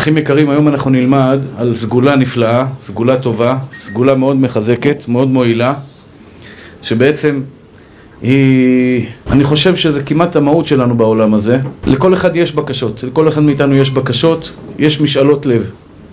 אחים יקרים, היום אנחנו נלמד על סגולה נפלאה, סגולה טובה, סגולה מאוד מחזקת, מאוד מועילה, שבעצם אני חושב שזה כמעט המהות שלנו בעולם הזה. לכל אחד יש בקשות, לכל אחד מאיתנו יש בקשות, יש משאלות לב,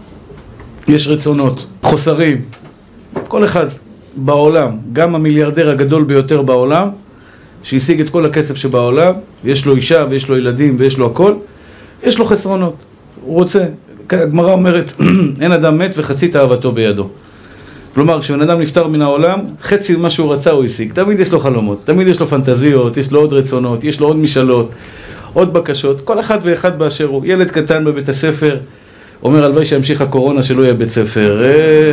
יש רצונות, חוסרים. כל אחד בעולם, גם המיליארדר הגדול ביותר בעולם, שהשיג את כל הכסף שבעולם, יש לו אישה ויש לו ילדים ויש לו הכל, יש לו חסרונות. הוא רוצה, הגמרא אומרת, אין אדם מת וחצי תאוותו בידו. כלומר, כשבן אדם נפטר מן העולם, חצי ממה שהוא רצה הוא השיג. תמיד יש לו חלומות, תמיד יש לו פנטזיות, יש לו עוד רצונות, יש לו עוד משאלות, עוד בקשות. כל אחד ואחד באשר הוא. ילד קטן בבית הספר אומר, הלוואי שימשיך הקורונה שלא יהיה בית ספר.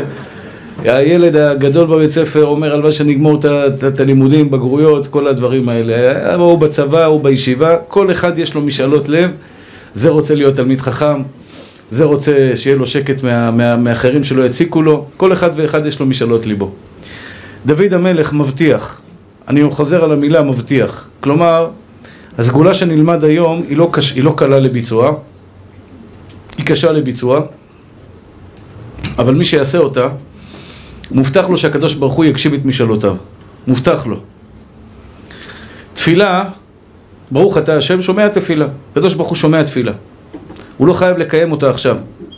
הילד הגדול בבית ספר אומר, הלוואי שנגמור את הלימודים, בגרויות, כל הדברים האלה. הוא בצבא, הוא בישיבה, כל אחד יש לו משאלות לב. זה רוצה להיות תלמיד חכם, זה רוצה שיהיה לו שקט מאחרים שלא יציקו לו. כל אחד ואחד יש לו משאלות ליבו. דוד המלך מבטיח, אני חוזר על המילה מבטיח, כלומר, הסגולה שנלמד היום היא לא קלה לביצוע, היא קשה לביצוע, אבל מי שיעשה אותה, מובטח לו שהקדוש ברוך הוא יגשים את משאלותיו, מובטח לו. תפילה, ברוך אתה השם, שומע תפילה, הקדוש ברוך הוא שומע תפילה, הוא לא חייב לקיים אותה עכשיו,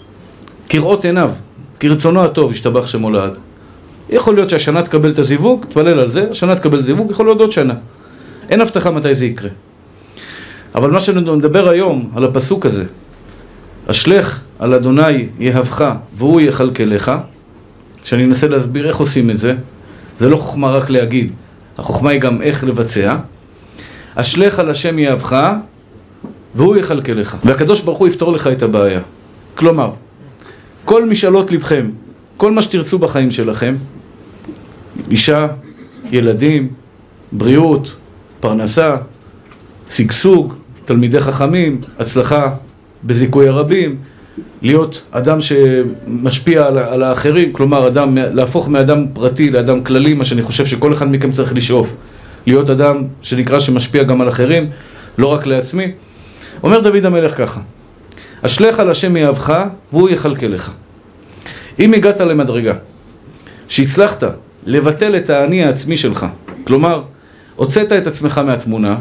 כראות עיניו, כרצונו הטוב, ישתבח שמו לעד. יכול להיות שהשנה תקבל את הזיווג, תפלל על זה, השנה תקבל זיווג, יכול להיות עוד שנה, אין הבטחה מתי זה יקרה. אבל מה שנדבר היום על הפסוק הזה, אשלך על אדוני יהבך והוא יכלכלך, שאני אנסה להסביר איך עושים את זה, זה לא חוכמה רק להגיד, החוכמה היא גם איך לבצע. אשלך על השם יהבך והוא יכלכלך, והקדוש ברוך הוא יפתור לך את הבעיה. כלומר, כל משאלות לבכם, כל מה שתרצו בחיים שלכם, אישה, ילדים, בריאות, פרנסה, שגשוג, תלמידי חכמים, הצלחה בזיכוי הרבים, להיות אדם שמשפיע על האחרים, כלומר להפוך מאדם פרטי לאדם כללי, מה שאני חושב שכל אחד מכם צריך לשאוף, להיות אדם שנקרא שמשפיע גם על אחרים, לא רק לעצמי. אומר דוד המלך ככה, אשלך על השם יהבך והוא יכלכלך. אם הגעת למדרגה שהצלחת לבטל את האני העצמי שלך, כלומר הוצאת את עצמך מהתמונה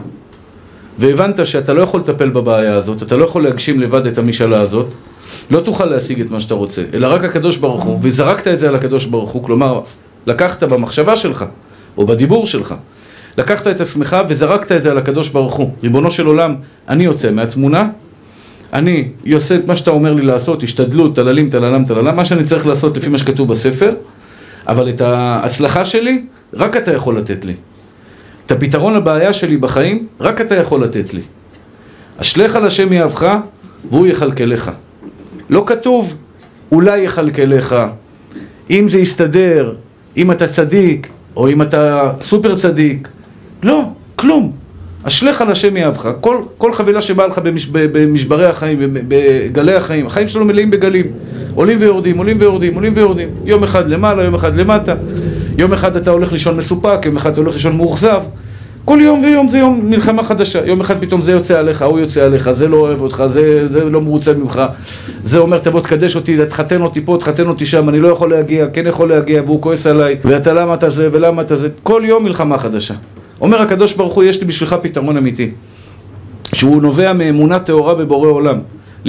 והבנת שאתה לא יכול לטפל בבעיה הזאת, אתה לא יכול להגשים לבד את המשאלה הזאת, לא תוכל להשיג את מה שאתה רוצה, אלא רק הקדוש ברוך הוא, וזרקת את זה על הקדוש ברוך הוא, כלומר לקחת במחשבה שלך או בדיבור שלך, לקחת את עצמך וזרקת את זה על הקדוש ברוך הוא. ריבונו של עולם, אני יוצא מהתמונה, אני עושה את מה שאתה אומר לי לעשות, השתדלות, תללים, תללם, תללם, מה שאני צריך לעשות לפי מה שכתוב בספר, אבל את ההצלחה שלי, רק אתה יכול לתת לי. את הפתרון לבעיה שלי בחיים, רק אתה יכול לתת לי. אשלך על השם יהבך והוא יכלכלך. לא כתוב, אולי יכלכלך, אם זה יסתדר, אם אתה צדיק, או אם אתה סופר צדיק. לא, כלום. אשלך על השם יהבך. כל חבילה שבאה לך במשברי החיים, בגלי החיים, החיים שלנו מלאים בגלים. עולים ויורדים, עולים ויורדים, עולים ויורדים. יום אחד למעלה, יום אחד למטה. יום אחד אתה הולך לישון מסופק, יום אחד אתה הולך לישון מאוכזב. כל יום ויום זה יום מלחמה חדשה. יום אחד פתאום זה יוצא עליך, הוא יוצא עליך, זה לא אוהב אותך, זה לא מרוצה ממך. זה אומר תבוא תקדש אותי, תחתן אותי פה, תחתן אותי שם, אני לא יכול להגיע, כן יכול להגיע, והוא כועס עליי, ואתה למה אתה זה ולמה אתה זה. כל יום מלחמה חדשה. אומר הקדוש ברוך הוא, יש לי בשבילך פתרון אמיתי, שהוא נובע מאמונה טהורה בבורא עולם.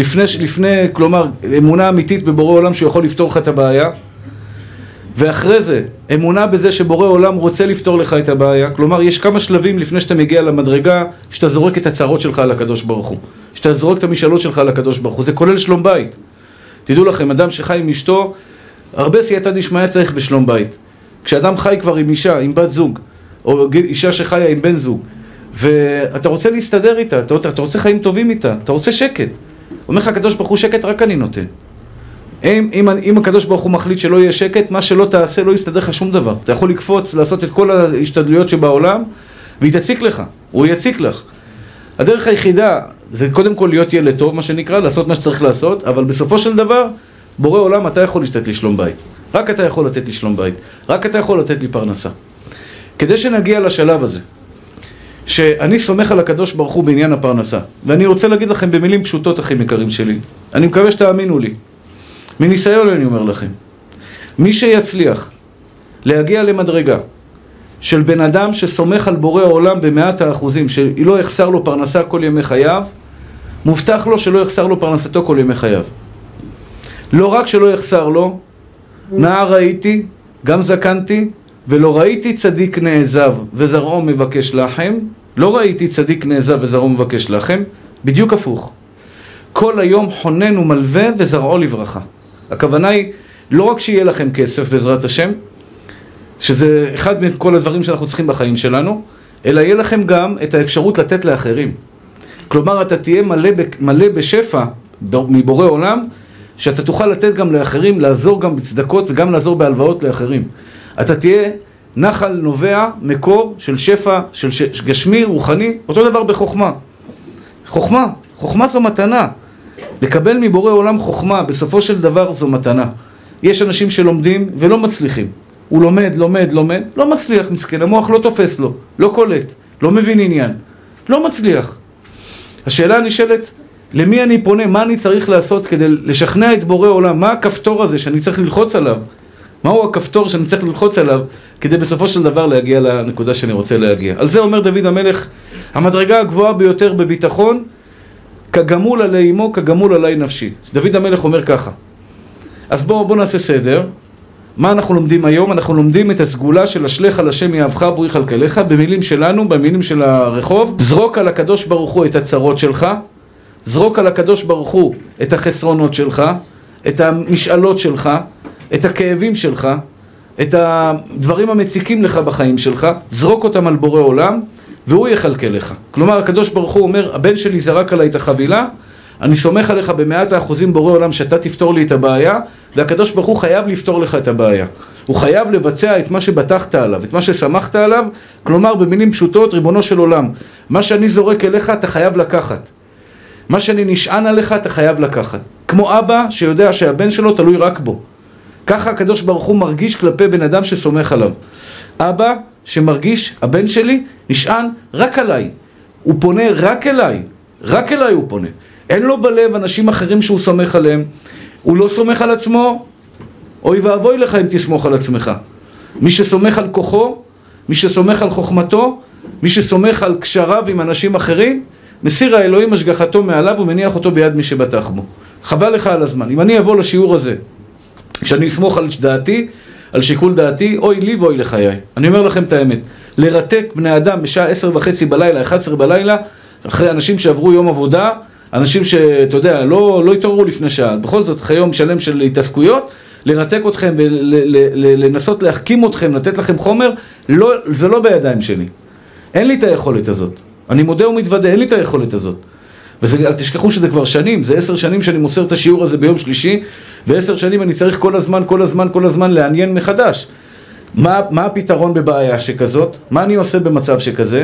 כלומר, אמונה אמיתית בבורא עולם שהוא יכול לפתור לך את הבעיה, ואחרי זה, אמונה בזה שבורא עולם רוצה לפתור לך את הבעיה. כלומר, יש כמה שלבים לפני שאתה מגיע למדרגה, שאתה זורק את הצרות שלך על הקדוש ברוך הוא, שאתה זורק את המשאלות שלך על הקדוש ברוך הוא. זה כולל שלום בית. תדעו לכם, אדם שחי עם אשתו, הרבה סייעתא דשמיא צריך בשלום בית. כשאדם חי כבר עם אישה, עם בת זוג, או אישה שחיה עם בן זוג, ואתה רוצה להסתדר איתה, אתה רוצה חיים טובים איתה, אתה רוצה שקט. אומר לך הקדוש ברוך הוא, שקט רק אני נותן. אם הקדוש ברוך הוא מחליט שלא יהיה שקט, מה שלא תעשה לא יסתדר לך שום דבר. אתה יכול לקפוץ, לעשות את כל ההשתדלויות שבעולם, והיא תציק לך, הוא יציק לך. הדרך היחידה זה קודם כל להיות ילד טוב, מה שנקרא, לעשות מה שצריך לעשות, אבל בסופו של דבר, בורא עולם, אתה יכול לתת לי שלום בית. רק אתה יכול לתת לי שלום בית. רק אתה יכול לתת לי פרנסה. כדי שנגיע לשלב הזה, שאני סומך על הקדוש ברוך הוא בעניין הפרנסה. ואני רוצה להגיד לכם במילים פשוטות, אחים יקרים שלי. אני מקווה שתאמינו לי. מניסיון אני אומר לכם. מי שיצליח להגיע למדרגה של בן אדם שסומך על בורא העולם ב100%, שלא יחסר לו פרנסה כל ימי חייו, מובטח לו שלא יחסר לו פרנסתו כל ימי חייו. לא רק שלא יחסר לו, נער ראיתי, גם זקנתי, ולא ראיתי צדיק נעזב וזרעו מבקש לחם. לא ראיתי צדיק נעזב וזרעו מבקש לחם, בדיוק הפוך. כל היום חונן ומלווה וזרעו לברכה. הכוונה היא לא רק שיהיה לכם כסף בעזרת השם, שזה אחד מכל הדברים שאנחנו צריכים בחיים שלנו, אלא יהיה לכם גם את האפשרות לתת לאחרים. כלומר, אתה תהיה מלא בשפע מבורא עולם, שאתה תוכל לתת גם לאחרים, לעזור גם בצדקות וגם לעזור בהלוואות לאחרים. אתה תהיה נחל נובע, מקור של שפע, של גשמי, רוחני, אותו דבר בחוכמה. חוכמה זו מתנה. לקבל מבורא עולם חוכמה, בסופו של דבר זו מתנה. יש אנשים שלומדים ולא מצליחים. הוא לומד, לא מצליח, מסכן, המוח לא תופס לו, לא קולט, לא מבין עניין, לא מצליח. השאלה הנשאלת, למי אני פונה, מה אני צריך לעשות כדי לשכנע את בורא עולם, מה הכפתור הזה שאני צריך ללחוץ עליו? מהו הכפתור שאני צריך ללחוץ עליו כדי בסופו של דבר להגיע לנקודה שאני רוצה להגיע? על זה אומר דוד המלך, המדרגה הגבוהה ביותר בביטחון, כגמול עלי אמו, כגמול עלי נפשי. דוד המלך אומר ככה. אז בואו נעשה סדר. מה אנחנו לומדים היום? אנחנו לומדים את הסגולה של השלך על השם יאהבך והוא יכלכלך, במילים שלנו, במילים של הרחוב. זרוק על הקדוש ברוך הוא את הצרות שלך, זרוק על הקדוש ברוך הוא את החסרונות שלך, את המשאלות שלך, את הכאבים שלך, את הדברים המציקים לך בחיים שלך, זרוק אותם על בורא עולם והוא יכלכל לך. כלומר, הקדוש ברוך הוא אומר, הבן שלי זרק עליי את החבילה, אני סומך עליך ב100% בורא עולם שאתה תפתור לי את הבעיה, והקדוש ברוך הוא חייב לפתור לך את הבעיה. הוא חייב לבצע את מה שבטחת עליו, את מה ששמחת עליו, כלומר במילים פשוטות, ריבונו של עולם, מה שאני זורק אליך אתה חייב לקחת. מה שאני נשען עליך אתה חייב לקחת. כמו אבא שיודע שהבן שלו תלוי רק בו. ככה הקדוש ברוך הוא מרגיש כלפי בן אדם שסומך עליו. אבא שמרגיש, הבן שלי נשען רק עליי. הוא פונה רק אליי. רק אליי הוא פונה. אין לו בלב אנשים אחרים שהוא סומך עליהם. הוא לא סומך על עצמו. אוי ואבוי לך אם תסמוך על עצמך. מי שסומך על כוחו, מי שסומך על חוכמתו, מי שסומך על קשריו עם אנשים אחרים, מסיר האלוהים השגחתו מעליו ומניח אותו ביד מי שבטח בו. חבל לך על הזמן. אם אני אבוא לשיעור הזה, כשאני אסמוך על דעתי, על שיקול דעתי, אוי לי ואוי לחיי. אני אומר לכם את האמת. לרתק בני אדם בשעה 10:30 בלילה, 11 בלילה, אחרי אנשים שעברו יום עבודה, אנשים שאתה יודע, לא התעוררו לפני שעה, בכל זאת אחרי יום שלם של התעסקויות, לרתק אתכם ולנסות להחכים אתכם, לתת לכם חומר, לא, זה לא בידיים שלי. אין לי את היכולת הזאת. אני מודה ומתוודה, אין לי את היכולת הזאת. ותשכחו שזה כבר שנים, זה 10 שנים שאני מוסר את השיעור הזה ביום שלישי, ו10 שנים אני צריך כל הזמן לעניין מחדש. מה הפתרון בבעיה שכזאת? מה אני עושה במצב שכזה?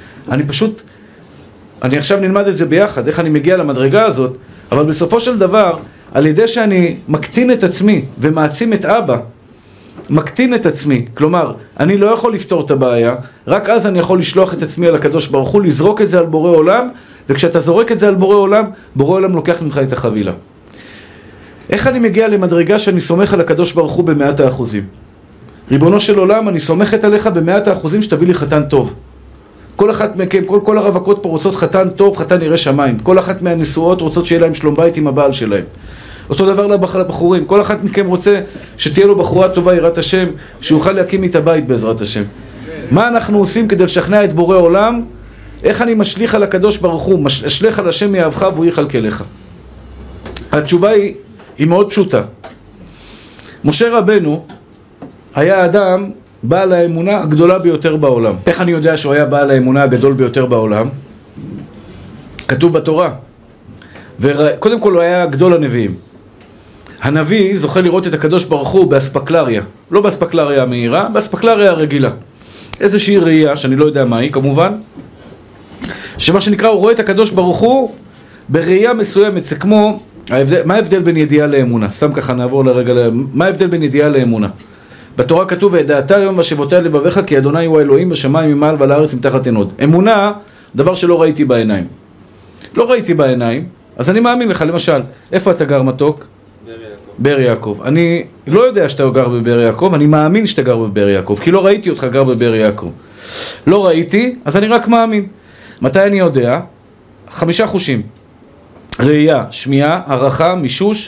אני עכשיו נלמד את זה ביחד, איך אני מגיע למדרגה הזאת, אבל בסופו של דבר, על ידי שאני מקטין את עצמי ומעצים את אבא, מקטין את עצמי, כלומר, אני לא יכול לפתור את הבעיה, רק אז אני יכול לשלוח את עצמי על הקדוש ברוך הוא, לזרוק את זה על בורא עולם, וכשאתה זורק את זה על בורא עולם לוקח ממך את החבילה. איך אני מגיע למדרגה שאני סומך על הקדוש ברוך הוא ב100%? ריבונו של עולם, אני סומכת עליך ב100% שתביא לי חתן טוב. כל אחת מכם, כל הרווקות פה רוצות חתן טוב, חתן ירא שמיים. כל אחת מהנשואות רוצות שיהיה להם שלום בית עם הבעל שלהם. אותו דבר לבחורים, כל אחת מכם רוצה שתהיה לו בחורה טובה יראת השם, שיוכל להקים איתה בית בעזרת השם. מה אנחנו עושים כדי לשכנע את בורא עולם? איך אני משליך על הקדוש ברוך הוא, משליך על השם יאהבך והוא יכלכלך? התשובה היא מאוד פשוטה. משה רבנו היה אדם בעל האמונה הגדולה ביותר בעולם. איך אני יודע שהוא היה בעל האמונה הגדול ביותר בעולם? כתוב בתורה. וקודם כל הוא היה גדול הנביאים. הנביא זוכה לראות את הקדוש ברוך הוא באספקלריה. לא באספקלריה המהירה, באספקלריה הרגילה. איזושהי ראייה, שאני לא יודע מה היא כמובן, שמה שנקרא הוא רואה את הקדוש ברוך הוא בראייה מסוימת. זה כמו, מה ההבדל בין ידיעה לאמונה? סתם ככה נעבור לרגע, מה ההבדל בין ידיעה לאמונה? בתורה כתוב, וידעת היום והשבותי על לבביך, כי אדוני הוא האלוהים בשמיים ממעל ועל הארץ מתחת אין עוד. אמונה, דבר שלא ראיתי בעיניים. לא ראיתי בעיניים, אז אני מאמין לך. למשל, איפה אתה גר מתוק? באר יעקב. אני לא יודע שאתה גר בבאר יעקב, אני מאמין שאתה גר בבאר יעקב, כי לא ראיתי אותך גר בבאר יעקב. לא ראיתי, אז אני רק מאמין. מתי אני יודע? 5 חושים. ראייה, שמיעה, הערכה, מישוש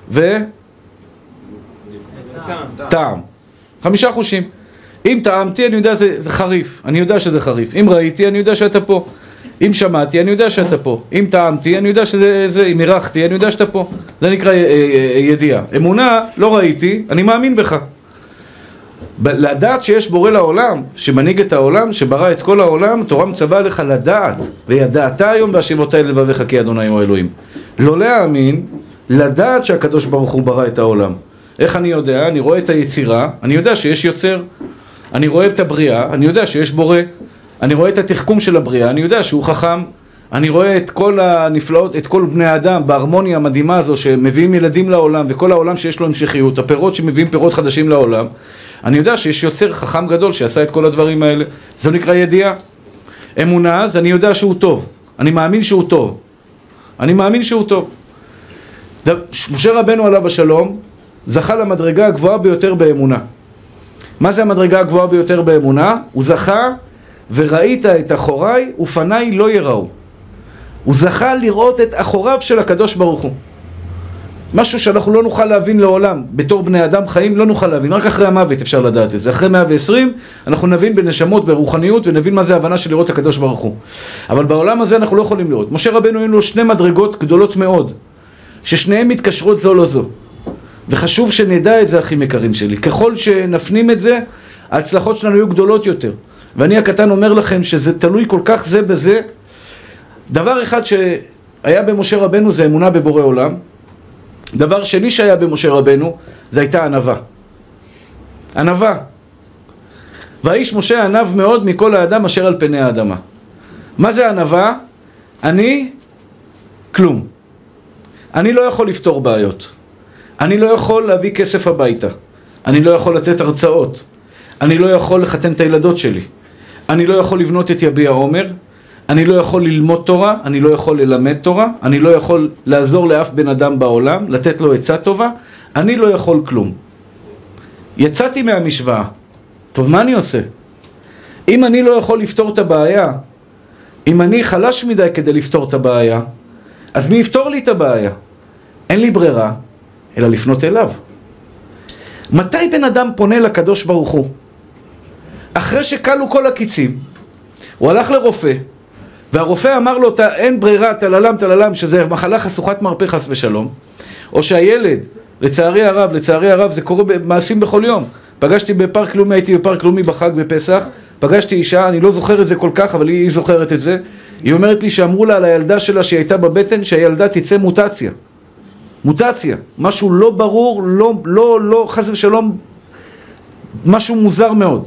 טעם. 5 חושים. אם טעמתי, אני יודע זה חריף. אני יודע שזה חריף. אם ראיתי, אני יודע שאתה פה. אם שמעתי, אני יודע שאתה פה. אם טעמתי, אני יודע שזה, אם ערכתי, אני יודע שאתה פה. זה נקרא ידיעה. אמונה, לא ראיתי, אני מאמין בך. לדעת שיש בורא לעולם, שמנהיג את העולם, שברא את כל העולם, תורה מצווה לך לדעת, וידעת היום בהשבותי אל לבביך כי אדוני הוא האלוהים. לא להאמין, לדעת שהקדוש ברוך הוא ברא את העולם. איך אני יודע? אני רואה את היצירה, אני יודע שיש יוצר. אני רואה את הבריאה, אני יודע שיש בורא. אני רואה את התחכום של הבריאה, אני יודע שהוא חכם. אני רואה את כל הנפלאות, את כל בני האדם בהרמוניה המדהימה הזו שמביאים ילדים לעולם, וכל העולם שיש לו המשכיות, הפירות שמביאים פירות חדשים לעולם. אני יודע שיש יוצר חכם גדול שעשה את כל הדברים האלה. זה נקרא ידיעה. אמונה, אז אני יודע שהוא טוב. אני מאמין שהוא טוב. אני מאמין שהוא טוב. משה רבנו עליו השלום זכה למדרגה הגבוהה ביותר באמונה. מה זה המדרגה הגבוהה ביותר באמונה? הוא זכה וראית את אחוריי ופניי לא יראו. הוא זכה לראות את אחוריו של הקדוש ברוך הוא. משהו שאנחנו לא נוכל להבין לעולם. בתור בני אדם חיים לא נוכל להבין. רק אחרי המוות אפשר לדעת את זה. אחרי 120 אנחנו נבין בנשמות, ברוחניות, ונבין מה זה ההבנה של לראות את הקדוש ברוך הוא. אבל בעולם הזה אנחנו לא יכולים לראות. משה רבנו היו לו 2 מדרגות גדולות מאוד, ששניהם מתקשרות זו לא זו. וחשוב שנדע את זה, אחים יקרים שלי. ככל שנפנים את זה, ההצלחות שלנו יהיו גדולות יותר. ואני הקטן אומר לכם שזה תלוי כל כך זה בזה. דבר אחד שהיה במשה רבנו זה אמונה בבורא עולם. דבר שני שהיה במשה רבנו זה הייתה ענווה. ענווה. והאיש משה ענב מאוד מכל האדם אשר על פני האדמה. מה זה ענווה? אני כלום. אני לא יכול לפתור בעיות. אני לא יכול להביא כסף הביתה. אני לא יכול לתת הרצאות. אני לא יכול לחתן את הילדות שלי. אני לא יכול לבנות את יביע עומר. אני לא יכול ללמוד תורה, אני לא יכול ללמד תורה, אני לא יכול לעזור לאף בן אדם בעולם, לתת לו עצה טובה, אני לא יכול כלום. יצאתי מהמשוואה. טוב, מה אני עושה? אם אני לא יכול לפתור את הבעיה, אם אני חלש מדי כדי לפתור את הבעיה, אז מי יפתור לי את הבעיה? אין לי ברירה, אלא לפנות אליו. מתי בן אדם פונה לקדוש ברוך הוא? אחרי שקלו כל הקיצים, הוא הלך לרופא, והרופא אמר לו, אין ברירה, תללם, שזה מחלה חשוכת מרפא חס ושלום. או שהילד, לצערי הרב, זה קורה במעשים בכל יום. פגשתי בפארק לאומי, הייתי בפארק לאומי בחג בפסח, פגשתי אישה, אני לא זוכר את זה כל כך, אבל היא זוכרת את זה. היא אומרת לי שאמרו לה על הילדה שלה שהיא הייתה בבטן, שהילדה תצא מוטציה. מוטציה. משהו לא ברור, לא, חס ושלום, משהו מוזר מאוד.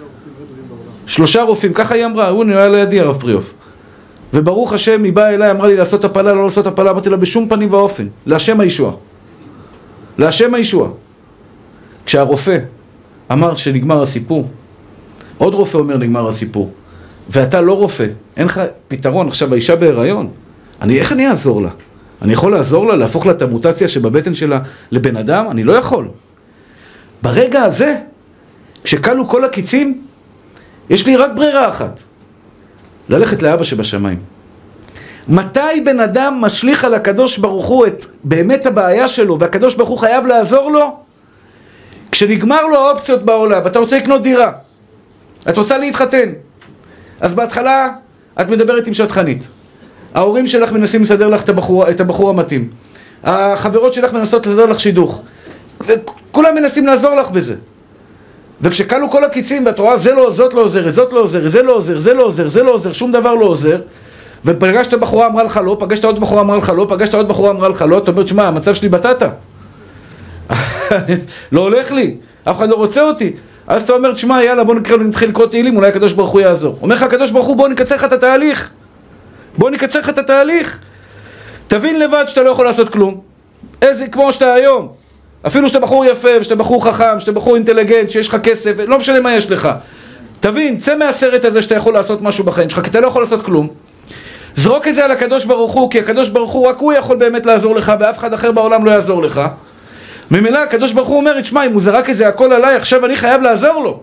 3 רופאים, ככה היא אמרה, הוא נראה לידי הרב פריאוף. וברוך השם, היא באה אליי, אמרה לי לעשות הפלה, לא לעשות הפלה, אמרתי לה בשום פנים ואופן, להשם הישוע. להשם הישוע. כשהרופא אמר שנגמר הסיפור, עוד רופא אומר נגמר הסיפור, ואתה לא רופא, אין לך פתרון, עכשיו האישה בהיריון, איך אני אעזור לה? אני יכול לעזור לה, להפוך לה את המוטציה שבבטן שלה לבן אדם? אני לא יכול. ברגע הזה, כשקלו כל הקיצים, יש לי רק ברירה אחת. ללכת לאבא שבשמיים. מתי בן אדם משליך על הקדוש ברוך הוא את באמת הבעיה שלו, והקדוש ברוך הוא חייב לעזור לו? כשנגמר לו האופציות בעולם, אתה רוצה לקנות דירה, את רוצה להתחתן, אז בהתחלה את מדברת עם שטחנית. ההורים שלך מנסים לסדר לך את הבחור המתאים. החברות שלך מנסות לסדר לך שידוך. כולם מנסים לעזור לך בזה. וכשקלו כל הקיצים ואת רואה זה לא, זאת לא עוזר, זאת לא עוזר, זה לא עוזר, זה לא עוזר, זה לא עוזר, שום דבר לא עוזר, ופגשת בחורה אמרה לך לא, פגשת עוד בחורה אמרה לך לא, פגשת עוד בחורה אמרה לך לא, אתה אומר, שמה, המצב שלי בטטה. לא הולך לי, אף אחד לא רוצה אותי. אז אתה אומר, שמה, יאללה, בוא נתחיל לקרוא תהילים, אולי הקדוש ברוך הוא יעזור. אומר לך הקדוש ברוך הוא, בוא נקצר לך את התהליך. בוא נקצר לך את התהליך. תבין לבד שאתה לא יכול לעשות כלום. כמו שאתה היום. אפילו שאתה בחור יפה, שאתה בחור חכם, שאתה בחור אינטליגנט, שיש לך כסף, לא משנה מה יש לך. תבין, צא מהסרט הזה שאתה יכול לעשות משהו בחיים שלך, כי אתה לא יכול לעשות כלום. זרוק את זה על הקדוש ברוך הוא, כי הקדוש ברוך הוא, רק הוא יכול באמת לעזור לך, ואף אחד אחר בעולם לא יעזור לך. ממילא הקדוש ברוך הוא אומר, תשמע, אם הוא זרק את זה הכל עליי, עכשיו אני חייב לעזור לו.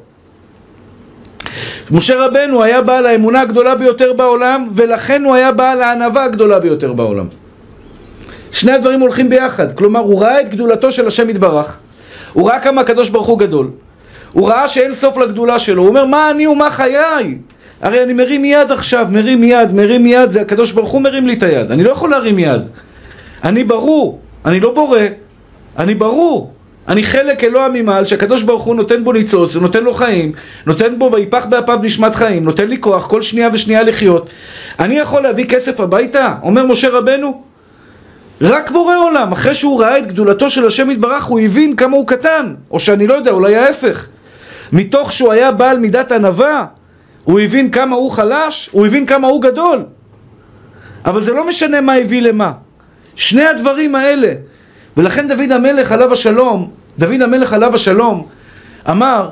משה רבנו היה בעל האמונה הגדולה ביותר בעולם, ולכן הוא היה בעל הענווה הגדולה ביותר בעולם. שני הדברים הולכים ביחד, כלומר הוא ראה את גדולתו של השם יתברך, הוא ראה כמה הקדוש ברוך הוא גדול, הוא ראה שאין סוף לגדולה שלו, הוא אומר מה אני ומה חיי? הרי אני מרים יד עכשיו, מרים יד, זה הקדוש ברוך הוא מרים לי את היד, אני לא יכול להרים יד, אני ברור, אני לא בורא, אני ברור, אני חלק אלוה ממעל שהקדוש ברוך הוא נותן בו ניצוץ, הוא נותן לו חיים, נותן בו ויפח באפיו נשמת חיים, נותן לי כוח כל שנייה ושנייה לחיות. אני יכול להביא כסף הביתה? אומר משה רבנו, רק בורא עולם, אחרי שהוא ראה את גדולתו של השם יתברך, הוא הבין כמה הוא קטן, או שאני לא יודע, אולי ההפך. מתוך שהוא היה בעל מידת ענווה, הוא הבין כמה הוא חלש, הוא הבין כמה הוא גדול. אבל זה לא משנה מה הביא למה. שני הדברים האלה. ולכן דוד המלך עליו השלום, אמר,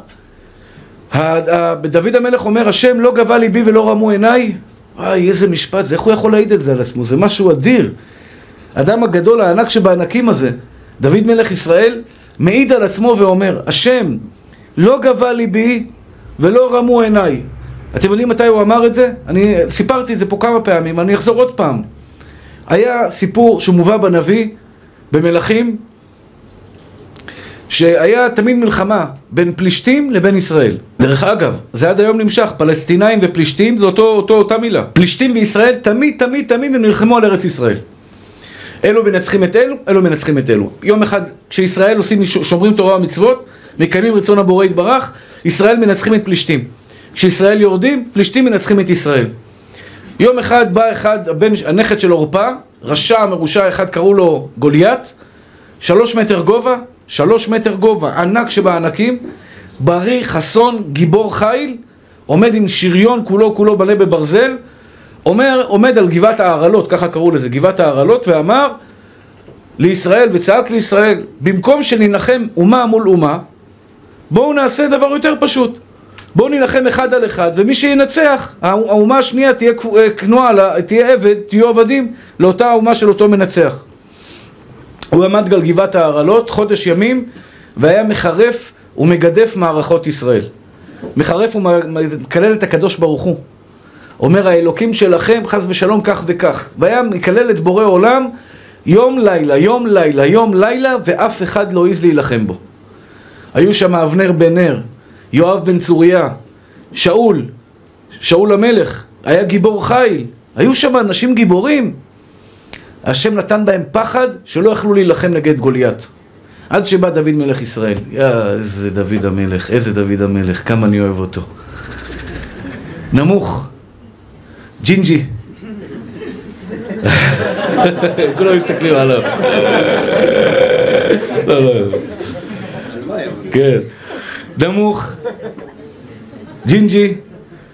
דוד המלך אומר, השם לא גבה ליבי ולא רמו עיניי. איזה משפט, איך הוא יכול להעיד את זה על עצמו? זה משהו אדיר. אדם הגדול, הענק שבענקים הזה, דוד מלך ישראל, מעיד על עצמו ואומר, השם לא גבה ליבי ולא רמו עיניי. אתם יודעים מתי הוא אמר את זה? אני סיפרתי את זה פה כמה פעמים, אני אחזור עוד פעם. היה סיפור שמובא בנביא, במלכים, שהיה תמיד מלחמה בין פלישתים לבין ישראל. דרך אגב, זה עד היום נמשך, פלסטינאים ופלישתים זה אותה מילה. פלישתים וישראל תמיד הם נלחמו על ארץ ישראל. אלו מנצחים את אלו, אלו מנצחים את אלו. יום אחד כשישראל שומרים תורה ומצוות, מקיימים רצון הבורא יתברך, ישראל מנצחים את פלישתים. כשישראל יורדים, פלישתים מנצחים את ישראל. יום אחד בא הנכד של אורפה, רשע מרושע אחד, קראו לו גוליית, 3 מטר גובה, ענק שבענקים, בריא, חסון, גיבור חיל, עומד עם שריון כולו מלא בברזל, עומד על גבעת הערלות, ככה קראו לזה, גבעת הערלות, ואמר לישראל וצעק לישראל, במקום שננחם אומה מול אומה, בואו נעשה דבר יותר פשוט. בואו נלחם אחד על אחד, ומי שינצח, האומה השנייה תהיה כנועה, תהיה עבד, תהיו עבדים לאותה האומה של אותו מנצח. הוא עמד על גבעת הערלות חודש ימים, והיה מחרף ומגדף מערכות ישראל. מחרף ומקלל את הקדוש ברוך הוא. אומר האלוקים שלכם חס ושלום כך וכך. והיה מקלל את בורא עולם יום לילה, ואף אחד לא העז להילחם בו. היו שם אבנר בן נר, יואב בן צוריה, שאול המלך, היה גיבור חיל, היו שם אנשים גיבורים. השם נתן בהם פחד שלא יכלו להילחם נגד גוליית. עד שבא דוד מלך ישראל. איזה דוד המלך, כמה אני אוהב אותו. נמוך, ג'ינג'י. כולם מסתכלים עליו. לא. כן. נמוך, ג'ינג'י,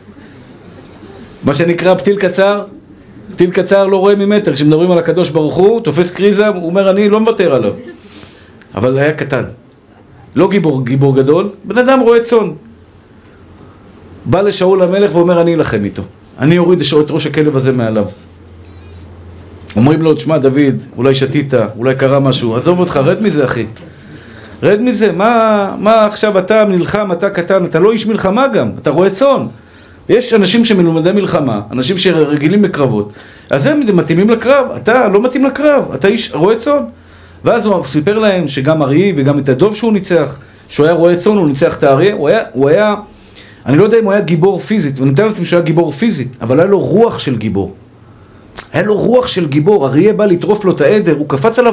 מה שנקרא פתיל קצר לא רואה ממטר. כשמדברים על הקדוש ברוך הוא, תופס קריזה, הוא אומר אני לא מוותר עליו. אבל היה קטן, לא גיבור גדול, בן אדם רואה צאן. בא לשאול המלך ואומר אני אלחם איתו, אני אוריד את ראש הכלב הזה מעליו. אומרים לו, תשמע דוד, אולי שתית, אולי קרה משהו, עזוב אותך, רד מזה אחי. רד מזה, מה עכשיו אתה נלחם, אתה קטן, אתה לא איש מלחמה גם, אתה רואה צאן. יש אנשים שמלומדי מלחמה, אנשים שרגילים לקרבות, אז הם מתאימים לקרב, אתה לא מתאים לקרב, אתה איש רואה צאן. ואז הוא סיפר להם שגם אריה וגם את הדוב שהוא ניצח, שהוא היה רואה צאן, הוא ניצח את האריה, הוא היה, אני לא יודע אם הוא היה גיבור פיזית, ואני מתאר לעצמי שהוא היה גיבור פיזית, אבל היה לו רוח של גיבור. היה לו רוח של גיבור, אריה בא לטרוף לו את העדר, הוא קפץ עליו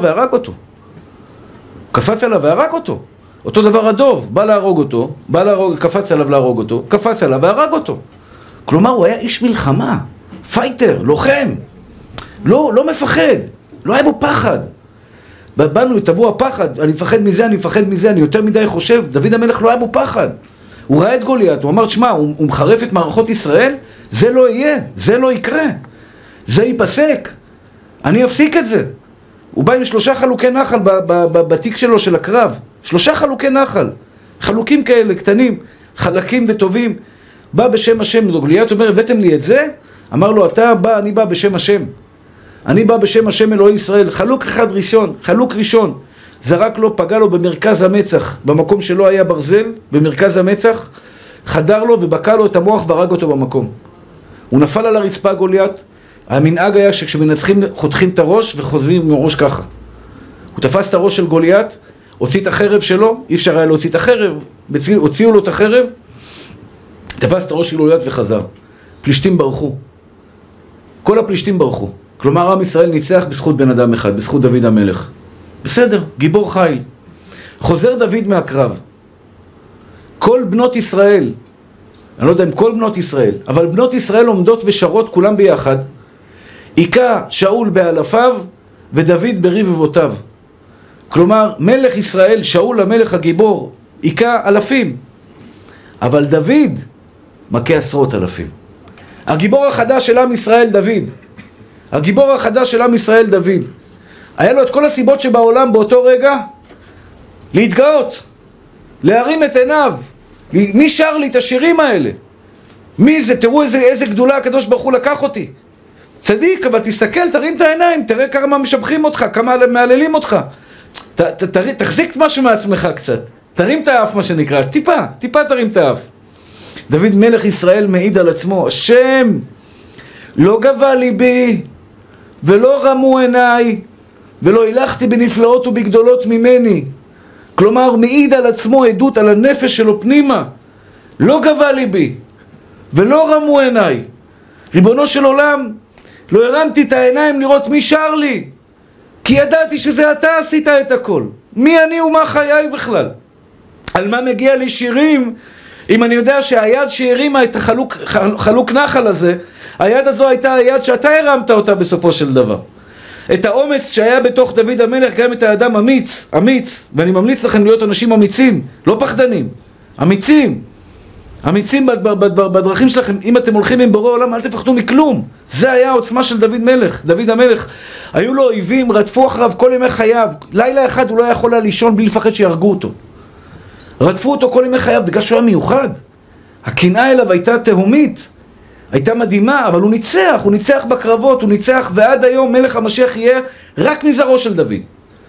והרג אותו. אותו דבר הדוב, בא להרוג אותו, קפץ עליו והרג אותו. כלומר, הוא היה איש מלחמה, פייטר, לוחם, לא מפחד, לא היה בו פחד. באנו, תבוא הפחד, אני מפחד מזה, אני יותר מדי חושב, דוד המלך לא היה בו פחד. הוא ראה את גוליית, הוא אמר, שמה, הוא מחרף את מערכות ישראל, זה לא יהיה, זה לא יקרה, זה ייפסק, אני אפסיק את זה. הוא בא עם 3 חלוקי נחל בתיק שלו של הקרב. 3 חלוקי נחל. חלוקים כאלה, קטנים, חלקים וטובים. בא בשם השם. גוליית אומר, הבאתם לי את זה? אמר לו, אתה בא, אני בא בשם השם. אני בא בשם השם אלוהי ישראל. חלוק אחד ראשון, חלוק ראשון. זרק לו, פגע לו במרכז המצח, במקום שלא היה ברזל, במרכז המצח, חדר לו ובקע לו את המוח והרג אותו במקום. הוא נפל על הרצפה גוליית. המנהג היה שכשמנצחים חותכים את הראש וחוזרים מהראש ככה. הוא תפס את הראש של גוליית, הוציא את החרב שלו, אי אפשר היה להוציא את החרב, הוציאו לו את החרב, תפס את הראש של גוליית וחזר. פלישתים ברחו. כל הפלישתים ברחו. כלומר, עם ישראל ניצח בזכות בן אדם אחד, בזכות דוד המלך. בסדר, גיבור חיל. חוזר דוד מהקרב. כל בנות ישראל, אני לא יודע אם כל בנות ישראל, אבל בנות ישראל עומדות ושרות כולם ביחד. היכה שאול באלפיו ודוד ברבבותיו. כלומר, מלך ישראל, שאול המלך הגיבור, היכה אלפים. אבל דוד מכה עשרות אלפים. הגיבור החדש של עם ישראל דוד. הגיבור החדש של עם ישראל דוד. היה לו את כל הסיבות שבעולם באותו רגע להתגאות, להרים את עיניו. מי שר לי את השירים האלה? מי זה? תראו איזה גדולה הקדוש ברוך הוא לקח אותי. צדיק, אבל תסתכל, תרים את העיניים, תראה כמה משבחים אותך, כמה מעללים אותך. תחזיק משהו מעצמך קצת. תרים את האף, מה שנקרא, טיפה תרים את האף. דוד מלך ישראל מעיד על עצמו, השם לא גבה ליבי ולא רמו עיניי ולא הילכתי בנפלאות ובגדולות ממני. כלומר, מעיד על עצמו עדות על הנפש שלו פנימה. לא גבה ליבי ולא רמו עיניי. ריבונו של עולם, לא הרמתי את העיניים לראות מי שר לי, כי ידעתי שזה אתה עשית את הכל. מי אני ומה חיי בכלל? על מה מגיע לי שירים אם אני יודע שהיד שהרימה את החלוק נחל הזה, היד הזו הייתה היד שאתה הרמת אותה בסופו של דבר. את האומץ שהיה בתוך דוד המלך, גם את האדם אמיץ, ואני ממליץ לכם להיות אנשים אמיצים, לא פחדנים, אמיצים בדרכים שלכם. אם אתם הולכים עם בורא עולם, אל תפחדו מכלום. זה היה העוצמה של דוד המלך. היו לו אויבים, רדפו אחריו כל ימי חייו. לילה אחד הוא לא יכול היה לישון בלי לפחד שיהרגו אותו. רדפו אותו כל ימי חייו בגלל שהוא היה מיוחד. הקנאה אליו הייתה תהומית, הייתה מדהימה, אבל הוא ניצח בקרבות, הוא ניצח, ועד היום מלך המשיח יהיה רק מזרעו של דוד.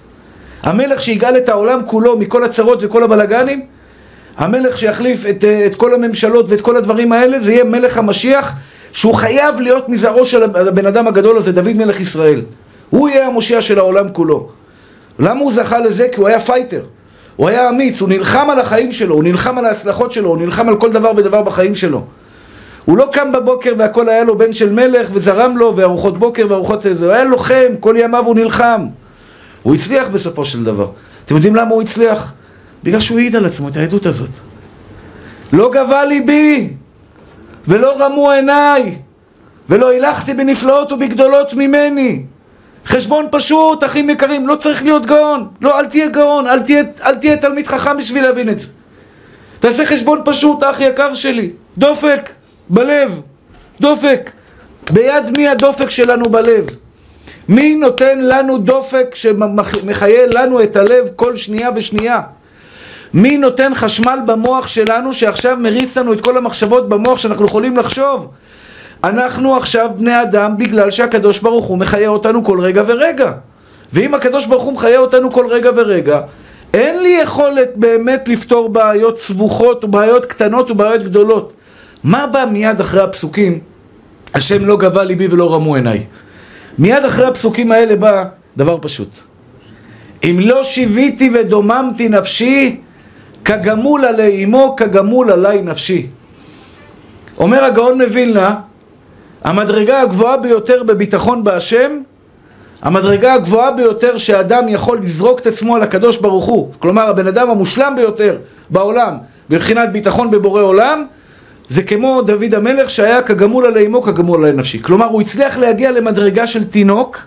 המלך שיגאל את העולם כולו מכל הצרות וכל הבלגנים, המלך שיחליף את כל הממשלות ואת כל הדברים האלה, זה יהיה מלך המשיח, שהוא חייב להיות מזרעו של הבן אדם הגדול הזה, דוד מלך ישראל. הוא יהיה המושיע של העולם כולו. למה הוא זכה לזה? כי הוא היה פייטר. הוא היה אמיץ, הוא נלחם על החיים שלו, הוא נלחם על ההצלחות שלו, הוא נלחם על כל דבר ודבר בחיים שלו. הוא לא קם בבוקר והכל היה לו בן של מלך וזרם לו וארוחות בוקר וארוחות זה. הוא היה לוחם, כל ימיו הוא נלחם. הוא הצליח בסופו של דבר. אתם יודעים למה הוא הצליח? בגלל שהוא העיד על עצמו את העדות הזאת. לא גבה ליבי ולא רמו עיניי ולא הילכתי בנפלאות ובגדולות ממני. חשבון פשוט, אחים יקרים, לא צריך להיות גאון. לא, אל תהיה גאון, אל תהיה תלמיד חכם בשביל להבין את זה. תעשה חשבון פשוט, אח יקר שלי. דופק בלב, דופק. ביד מי הדופק שלנו בלב? מי נותן לנו דופק שמחיה לנו את הלב כל שנייה ושנייה? מי נותן חשמל במוח שלנו שעכשיו מריץ לנו את כל המחשבות במוח שאנחנו יכולים לחשוב? אנחנו עכשיו בני אדם בגלל שהקדוש ברוך הוא מחיה אותנו כל רגע ורגע. ואם הקדוש ברוך הוא מחיה אותנו כל רגע ורגע, אין לי יכולת באמת לפתור בעיות סבוכות או בעיות קטנות או בעיות גדולות. מה בא מיד אחרי הפסוקים? השם לא גבה ליבי ולא רמו עיניי. מיד אחרי הפסוקים האלה בא דבר פשוט. אם לא שיוויתי ודוממתי נפשי, כגמול עלי אמו, כגמול עלי נפשי. אומר הגאון מווילנה, המדרגה הגבוהה ביותר בביטחון בהשם, המדרגה הגבוהה ביותר שאדם יכול לזרוק את עצמו על הקדוש ברוך הוא, כלומר הבן אדם המושלם ביותר בעולם, בבחינת ביטחון בבורא עולם, זה כמו דוד המלך שהיה כגמול עלי אמו, כגמול עלי נפשי. כלומר הוא הצליח להגיע למדרגה של תינוק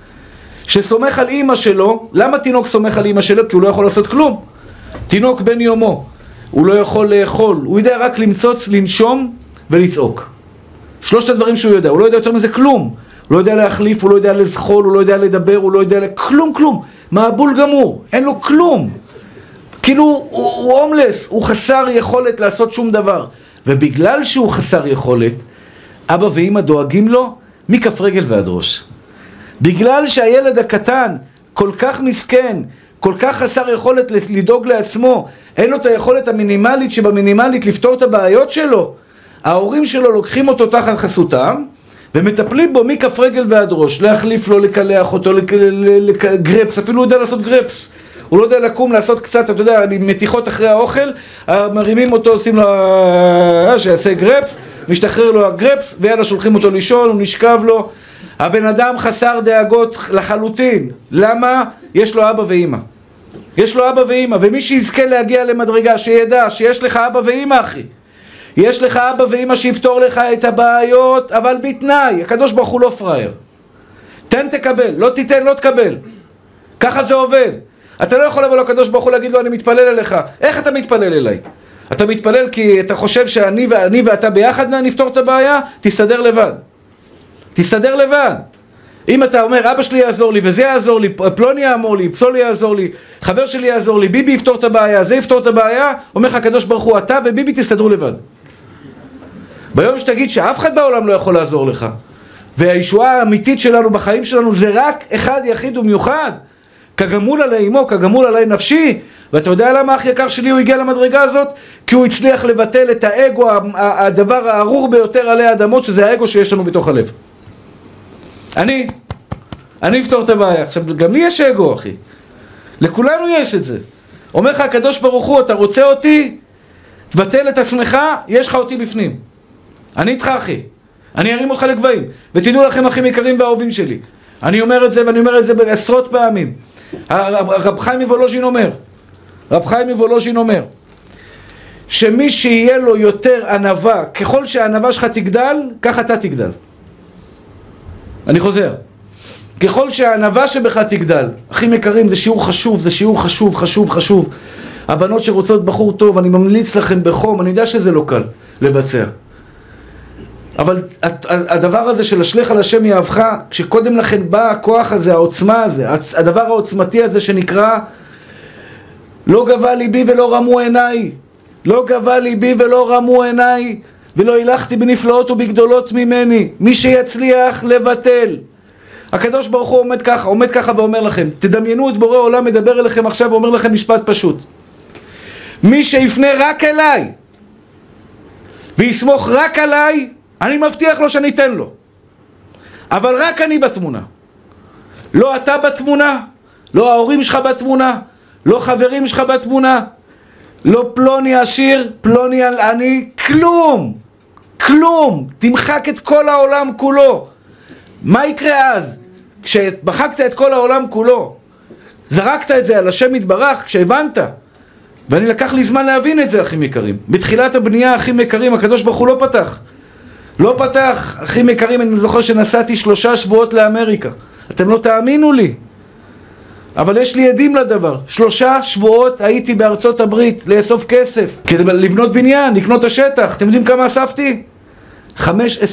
שסומך על אמא שלו. למה תינוק סומך על אמא שלו? כי הוא לא יכול לעשות כלום. תינוק בן יומו, הוא לא יכול לאכול, הוא יודע רק למצוץ, לנשום ולצעוק. 3 הדברים שהוא יודע, הוא לא יודע יותר מזה כלום. הוא לא יודע להחליף, הוא לא יודע לזחול, הוא לא יודע לדבר, הוא לא יודע כלום. מעבול גמור, אין לו כלום. כאילו הוא הומלס, הוא חסר יכולת לעשות שום דבר. ובגלל שהוא חסר יכולת, אבא ואמא דואגים לו מכף רגל ועד ראש. בגלל שהילד הקטן כל כך מסכן, כל כך חסר יכולת לדאוג לעצמו, אין לו את היכולת המינימלית שבמינימלית לפתור את הבעיות שלו, ההורים שלו לוקחים אותו תחת חסותם ומטפלים בו מכף רגל ועד ראש, להחליף לו, לקלח אותו, גרפס, אפילו הוא יודע לעשות גרפס, הוא לא יודע לקום לעשות קצת, אתה יודע, מתיחות אחרי האוכל, מרימים אותו, עושים לו שיעשה גרפס, משתחרר לו הגרפס ויאללה שולחים אותו לישון, הוא נשכב לו. הבן אדם חסר דאגות לחלוטין. למה? יש לו אבא ואמא. יש לו אבא ואמא, ומי שיזכה להגיע למדרגה, שידע שיש לך אבא ואמא, אחי. יש לך אבא ואמא שיפתור לך את הבעיות, אבל בתנאי, הקדוש ברוך הוא לא פראייר. תן תקבל, לא תיתן לא תקבל. ככה זה עובד. אתה לא יכול לבוא לקדוש ברוך הוא להגיד לו אני מתפלל אליך. איך אתה מתפלל אליי? אתה מתפלל כי אתה חושב שאני ואתה ביחד נפתור את הבעיה? תסתדר לבד. תסתדר לבד. אם אתה אומר אבא שלי יעזור לי וזה יעזור לי, פלוני יעמור לי, פסולי יעזור לי, חבר שלי יעזור לי, ביבי יפתור את הבעיה, זה יפתור את הבעיה, אומר לך הקדוש ברוך הוא אתה וביבי תסתדרו לבד. ביום שתגיד שאף אחד בעולם לא יכול לעזור לך, והישועה האמיתית שלנו בחיים שלנו זה רק אחד יחיד ומיוחד, כגמול עלי אמו, כגמול עלי נפשי. ואתה יודע למה אח יקר שלי הוא הגיע למדרגה הזאת? כי הוא הצליח לבטל את האגו, הדבר הארור ביותר עלי האדמות, שזה האגו שיש לנו בתוך הלב. אני אפתור את הבעיה. עכשיו גם לי יש אגו, אחי, לכולנו יש את זה. אומר לך הקדוש ברוך הוא, אתה רוצה אותי? תבטל את עצמך, יש לך אותי בפנים. אני איתך, אחי, אני ארים אותך לגבהים. ותדעו לכם אחים יקרים ואהובים שלי, אני אומר את זה ואני אומר את זה בעשרות פעמים. רב חיים מוולוז'ין אומר שמי שיהיה לו יותר ענווה, ככל שהענווה שלך תגדל, כך אתה תגדל. אני חוזר, ככל שהענווה שבך תגדל. אחים יקרים, זה שיעור חשוב, זה שיעור חשוב. הבנות שרוצות בחור טוב, אני ממליץ לכם בחום, אני יודע שזה לא קל לבצע, אבל הדבר הזה של השלך על השם יאהבך, כשקודם לכן בא הכוח הזה, העוצמה הזה, הדבר העוצמתי הזה שנקרא לא גבה ליבי ולא רמו עיניי, לא גבה ליבי ולא רמו עיניי, ולא הילכתי בנפלאות ובגדולות ממני. מי שיצליח לבטל, הקדוש ברוך הוא עומד ככה ואומר לכם, תדמיינו את בורא עולם מדבר אליכם עכשיו ואומר לכם משפט פשוט, מי שיפנה רק אליי ויסמוך רק עליי, אני מבטיח לו שאני אתן לו, אבל רק אני בתמונה, לא אתה בתמונה, לא ההורים שלך בתמונה, לא חברים שלך בתמונה, לא פלוני עשיר, פלוני עני, כלום. תמחק את כל העולם כולו. מה יקרה אז? כשמחקת את כל העולם כולו, זרקת את זה על השם יתברך, כשהבנת, ואני לקח לי זמן להבין את זה, אחים יקרים. בתחילת הבנייה, אחים יקרים, הקדוש ברוך הוא לא פתח, אחים יקרים, אני זוכר שנסעתי 3 שבועות לאמריקה. אתם לא תאמינו לי, אבל יש לי עדים לדבר. 3 שבועות הייתי בארצות הברית לאסוף כסף כדי לבנות בניין, לקנות את השטח. אתם יודעים כמה אספתי? $15,000.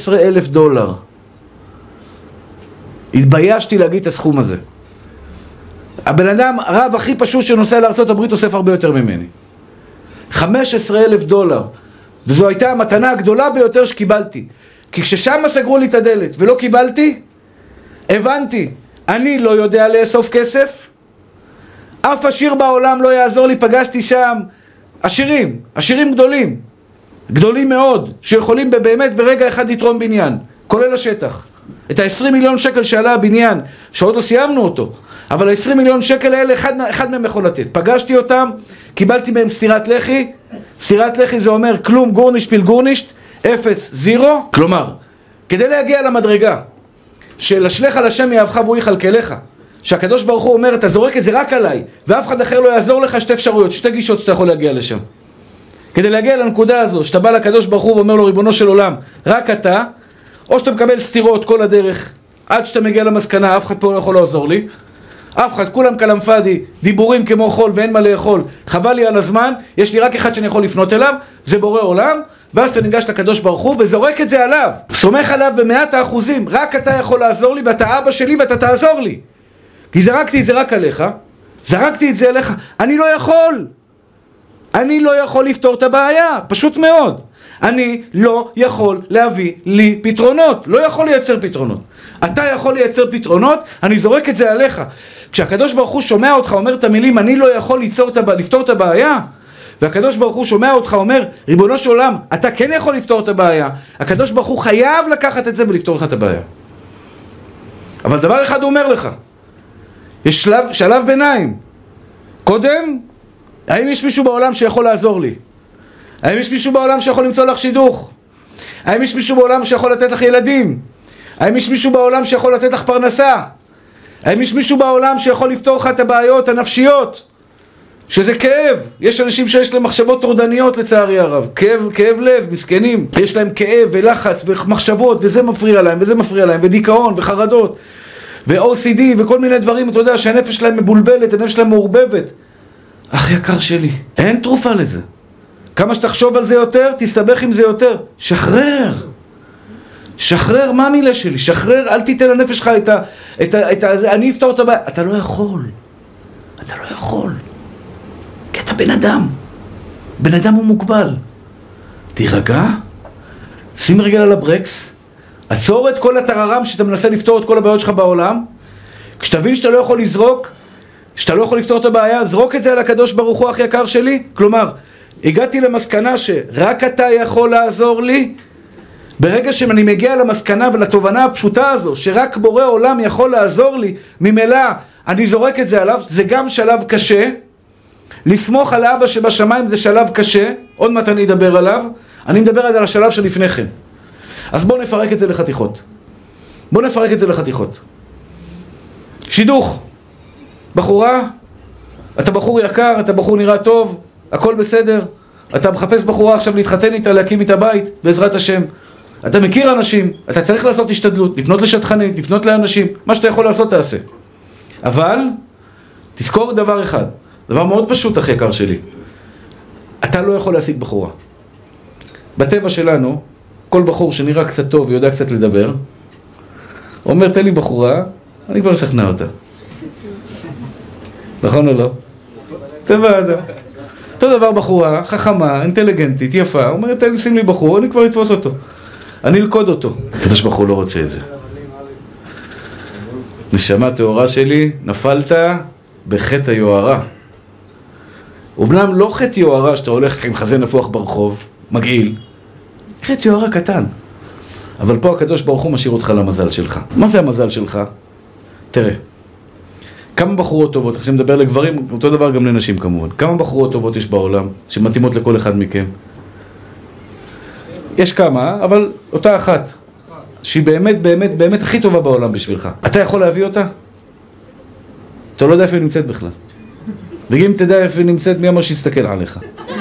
התביישתי להגיד את הסכום הזה. הבן אדם, הרב הכי פשוט שנוסע לארצות הברית אוסף הרבה יותר ממני. $15,000. וזו הייתה המתנה הגדולה ביותר שקיבלתי. כי כששם סגרו לי את הדלת ולא קיבלתי, הבנתי, אני לא יודע לאסוף כסף, אף עשיר בעולם לא יעזור לי. פגשתי שם עשירים גדולים מאוד, שיכולים באמת ברגע אחד לתרום בניין, כולל השטח. את ה-20 מיליון שקל שעלה הבניין, שעוד לא סיימנו אותו, אבל ה-20 מיליון שקל האלה, אחד מהם יכול לתת. פגשתי אותם, קיבלתי מהם סטירת לחי. סטירת לחי זה אומר כלום, גורנישט פיל גורנישט, 0, 0. כלומר, כדי להגיע למדרגה של השלך על השם יאהבך והוא יכלכלך, שהקדוש ברוך הוא אומר אתה זורק את זה רק עליי ואף אחד אחר לא יעזור לך, 2 אפשרויות, 2 גישות שאתה יכול להגיע לשם. כדי להגיע לנקודה הזו, שאתה בא לקדוש ברוך הוא ואומר לו ריבונו של עולם, רק אתה, או שאתה מקבל סתירות כל הדרך עד שאתה מגיע למסקנה, אף אחד פה לא יכול לעזור לי, אף אחד, כולם כלם פאדי, דיבורים כמו חול ואין מה לאכול, חבל לי על הזמן, יש לי רק אחד שאני יכול לפנות אליו, זה בורא עולם, ואז אתה ניגש לקדוש ברוך הוא וזורק את זה עליו. סומך עליו ב100%, רק אתה יכול לעזור לי ואתה אבא שלי ואתה תעזור לי. כי זרקתי את זה רק עליך, זרקתי את זה עליך, אני לא יכול לפתור את הבעיה, פשוט מאוד. אני לא יכול להביא לי פתרונות, לא יכול לייצר פתרונות. אתה יכול לייצר פתרונות, אני זורק את זה עליך. כשהקדוש ברוך הוא שומע אותך אומר את המילים, אני לא יכול לפתור את הבעיה, והקדוש ברוך הוא שומע אותך אומר, ריבונו של עולם, אתה כן יכול לפתור את הבעיה, הקדוש ברוך הוא חייב לקחת את זה ולפתור לך את הבעיה. אבל דבר אחד הוא אומר לך, יש שלב ביניים. קודם, האם יש מישהו בעולם שיכול לעזור לי? האם יש מישהו בעולם שיכול למצוא לך שידוך? האם יש מישהו בעולם שיכול לתת לך ילדים? האם יש מישהו בעולם שיכול לתת לך פרנסה? האם יש מישהו בעולם שיכול לפתור לך את הבעיות הנפשיות? שזה כאב. יש אנשים שיש להם מחשבות טורדניות לצערי הרב. כאב לב, מסכנים. יש להם כאב ולחץ ומחשבות, וזה מפריע להם, וזה מפריע להם, ודיכאון וחרדות, ו-OCD וכל מיני דברים, אתה יודע שהנפש שלהם מבולבלת, הנפש שלהם מעורבבת. אח יקר שלי, אין תרופה לזה. כמה שתחשוב על זה יותר, תסתבך עם זה יותר. שחרר, מה המילה שלי? שחרר, אל תיתן לנפש שלך אני אפתור את הבעיה. אתה לא יכול. כי אתה בן אדם הוא מוגבל. תירגע, שים רגל על הברקס, עצור את כל הטררם שאתה מנסה לפתור את כל הבעיות שלך בעולם. כשתבין שאתה לא יכול לזרוק, שאתה לא יכול לפתור את הבעיה, זרוק את זה על הקדוש ברוך הוא, אח יקר שלי. כלומר, הגעתי למסקנה שרק אתה יכול לעזור לי. ברגע שאני מגיע למסקנה ולתובנה הפשוטה הזו, שרק בורא עולם יכול לעזור לי, ממילא אני זורק את זה עליו. זה גם שלב קשה. לסמוך על האבא שבשמיים זה שלב קשה. עוד מעט אני אדבר עליו. אני מדבר על השלב שלפני כן. אז בואו נפרק את זה לחתיכות. שידוך. בחורה, אתה בחור יקר, אתה בחור נראה טוב, הכל בסדר. אתה מחפש בחורה עכשיו להתחתן איתה, להקים איתה בית, בעזרת השם. אתה מכיר אנשים, אתה צריך לעשות השתדלות, לפנות לשטחנית, לפנות לאנשים, מה שאתה יכול לעשות תעשה. אבל, תזכור דבר אחד, דבר מאוד פשוט, אחי יקר שלי. אתה לא יכול להשיג בחורה. בטבע שלנו, כל בחור שנראה קצת טוב ויודע קצת לדבר, אומר, תן לי בחורה, אני כבר אשכנע אותה. נכון או לא? טבע אדם. אותו דבר בחורה, חכמה, אינטליגנטית, יפה, אומרת, תן לי, שים לי בחור, אני כבר אתפוס אותו. אני אלכוד אותו. קדוש ברוך הוא לא רוצה את זה. נשמה טהורה שלי, נפלת בחטא היוהרה. אומנם לא חטא יוהרה שאתה הולך עם חזה נפוח ברחוב, מגעיל. חטא יוהרה קטן. אבל פה הקדוש ברוך הוא משאיר אותך למזל שלך. מה זה המזל שלך? תראה. כמה בחורות טובות, עכשיו מדבר לגברים, אותו דבר גם לנשים כמובן. כמה בחורות טובות יש בעולם שמתאימות לכל אחד מכם? יש כמה, אבל אותה אחת שהיא באמת הכי טובה בעולם בשבילך. אתה יכול להביא אותה? אתה לא יודע איפה היא נמצאת בכלל. ואם תדע איפה היא נמצאת, מי אמר שיסתכל עליך?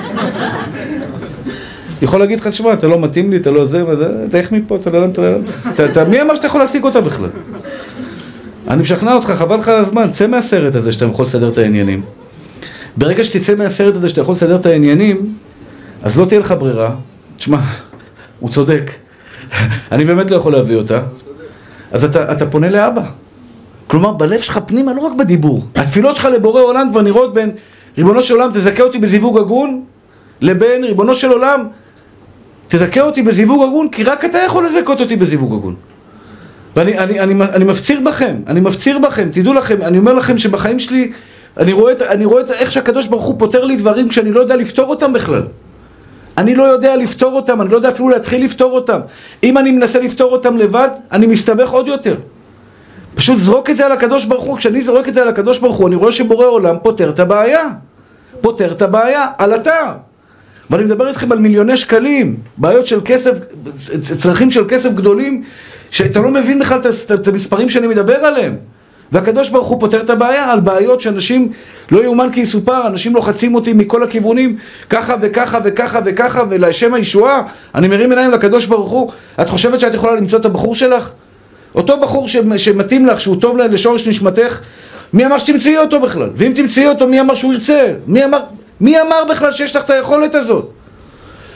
יכול להגיד לך, תשמע, אתה לא מתאים לי, אתה לא זה, אתה איך מפה, מי אמר שאתה יכול להשיג אותה בכלל? אני משכנע אותך, חבל לך על הזמן, צא מהסרט הזה שאתה יכול לסדר את העניינים. ברגע שתצא מהסרט הזה שאתה יכול לסדר את העניינים, אז לא תהיה לך ברירה. תשמע, הוא צודק. אני באמת לא יכול להביא אותה. אז אתה פונה לאבא. כלומר, בלב שלך פנימה, לא רק בדיבור. התפילות שלך לבורא עולם כבר נראות בין ריבונו של עולם, תזכה אותי בזיווג הגון, לבין ריבונו של עולם, תזכה אותי בזיווג הגון, כי רק אתה יכול לזכות אותי בזיווג הגון. ואני מפציר בכם, תדעו לכם, אני אומר לכם שבחיים שלי, אני רואה איך שהקדוש ברוך הוא פותר לי דברים כשאני לא יודע לפתור אותם בכלל. אני לא יודע לפתור אותם, אני לא יודע אפילו להתחיל לפתור אותם. אם אני מנסה לפתור אותם לבד, אני מסתבך עוד יותר. פשוט זרוק את זה על הקדוש ברוך הוא. כשאני זורק את זה על הקדוש ברוך הוא, אני רואה שבורא עולם פותר את הבעיה, על אתר. ואני מדבר איתכם על מיליוני שקלים, בעיות של כסף, צרכים של כסף גדולים, שאתה לא מבין בכלל את המספרים שאני מדבר עליהם. והקדוש ברוך הוא פותר את הבעיה על בעיות שאנשים לא יאומן כי יסופר, אנשים לוחצים אותי מכל הכיוונים, ככה וככה וככה וככה, ולשם הישועה, אני מרים עיניים לקדוש ברוך הוא. את חושבת שאת יכולה למצוא את הבחור שלך? אותו בחור שמתאים לך, שהוא טוב לשורש נשמתך, מי אמר שתמצאי אותו בכלל? ואם תמצאי אותו, מי אמר שהוא ירצה? מי אמר בכלל שיש לך את היכולת הזאת?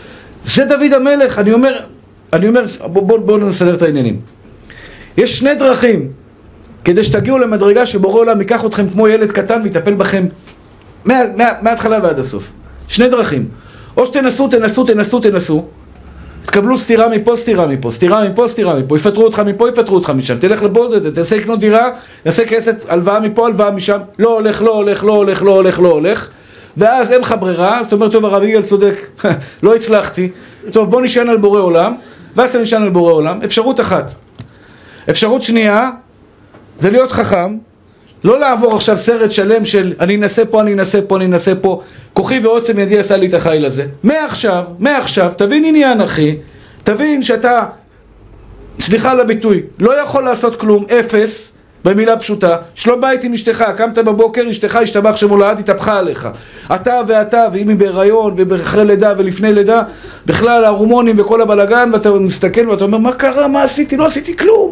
זה דוד המלך. אני אומר, בואו נסדר את העניינים. יש שני דרכים כדי שתגיעו למדרגה שבורא עולם ייקח אתכם כמו ילד קטן ויטפל בכם מההתחלה ועד הסוף. שני דרכים. או שתנסו, תקבלו סתירה מפה, סתירה מפה, יפטרו אותך מפה, יפטרו אותך משם, תלך לבודד, תנסה לקנות דירה, נעשה כסף, הלוואה מפה, הלוואה משם, לא הולך, ואז אין לך ברירה, אז אתה אומר, טוב, הרב יגאל צודק, לא הצלחתי, טוב, בוא נשען על בורא עולם, ואז אתה נשען על בורא עולם. אפשרות אחת. אפשרות שנייה, זה להיות חכם, לא לעבור עכשיו סרט שלם של אני אנסה פה, כוחי ועוצם ידי עשה לי את החיל הזה. מעכשיו, תבין עניין אחי, תבין שאתה, סליחה על הביטוי, לא יכול לעשות כלום, אפס, במילה פשוטה, שלום בית עם אשתך, קמת בבוקר, אשתך השתבח שמולד, התהפכה עליך. אתה, ואם היא בהיריון, ואחרי לידה ולפני לידה, בכלל ההורמונים וכל הבלגן, ואתה מסתכל ואתה אומר, מה קרה, מה עשיתי? לא עשיתי כלום.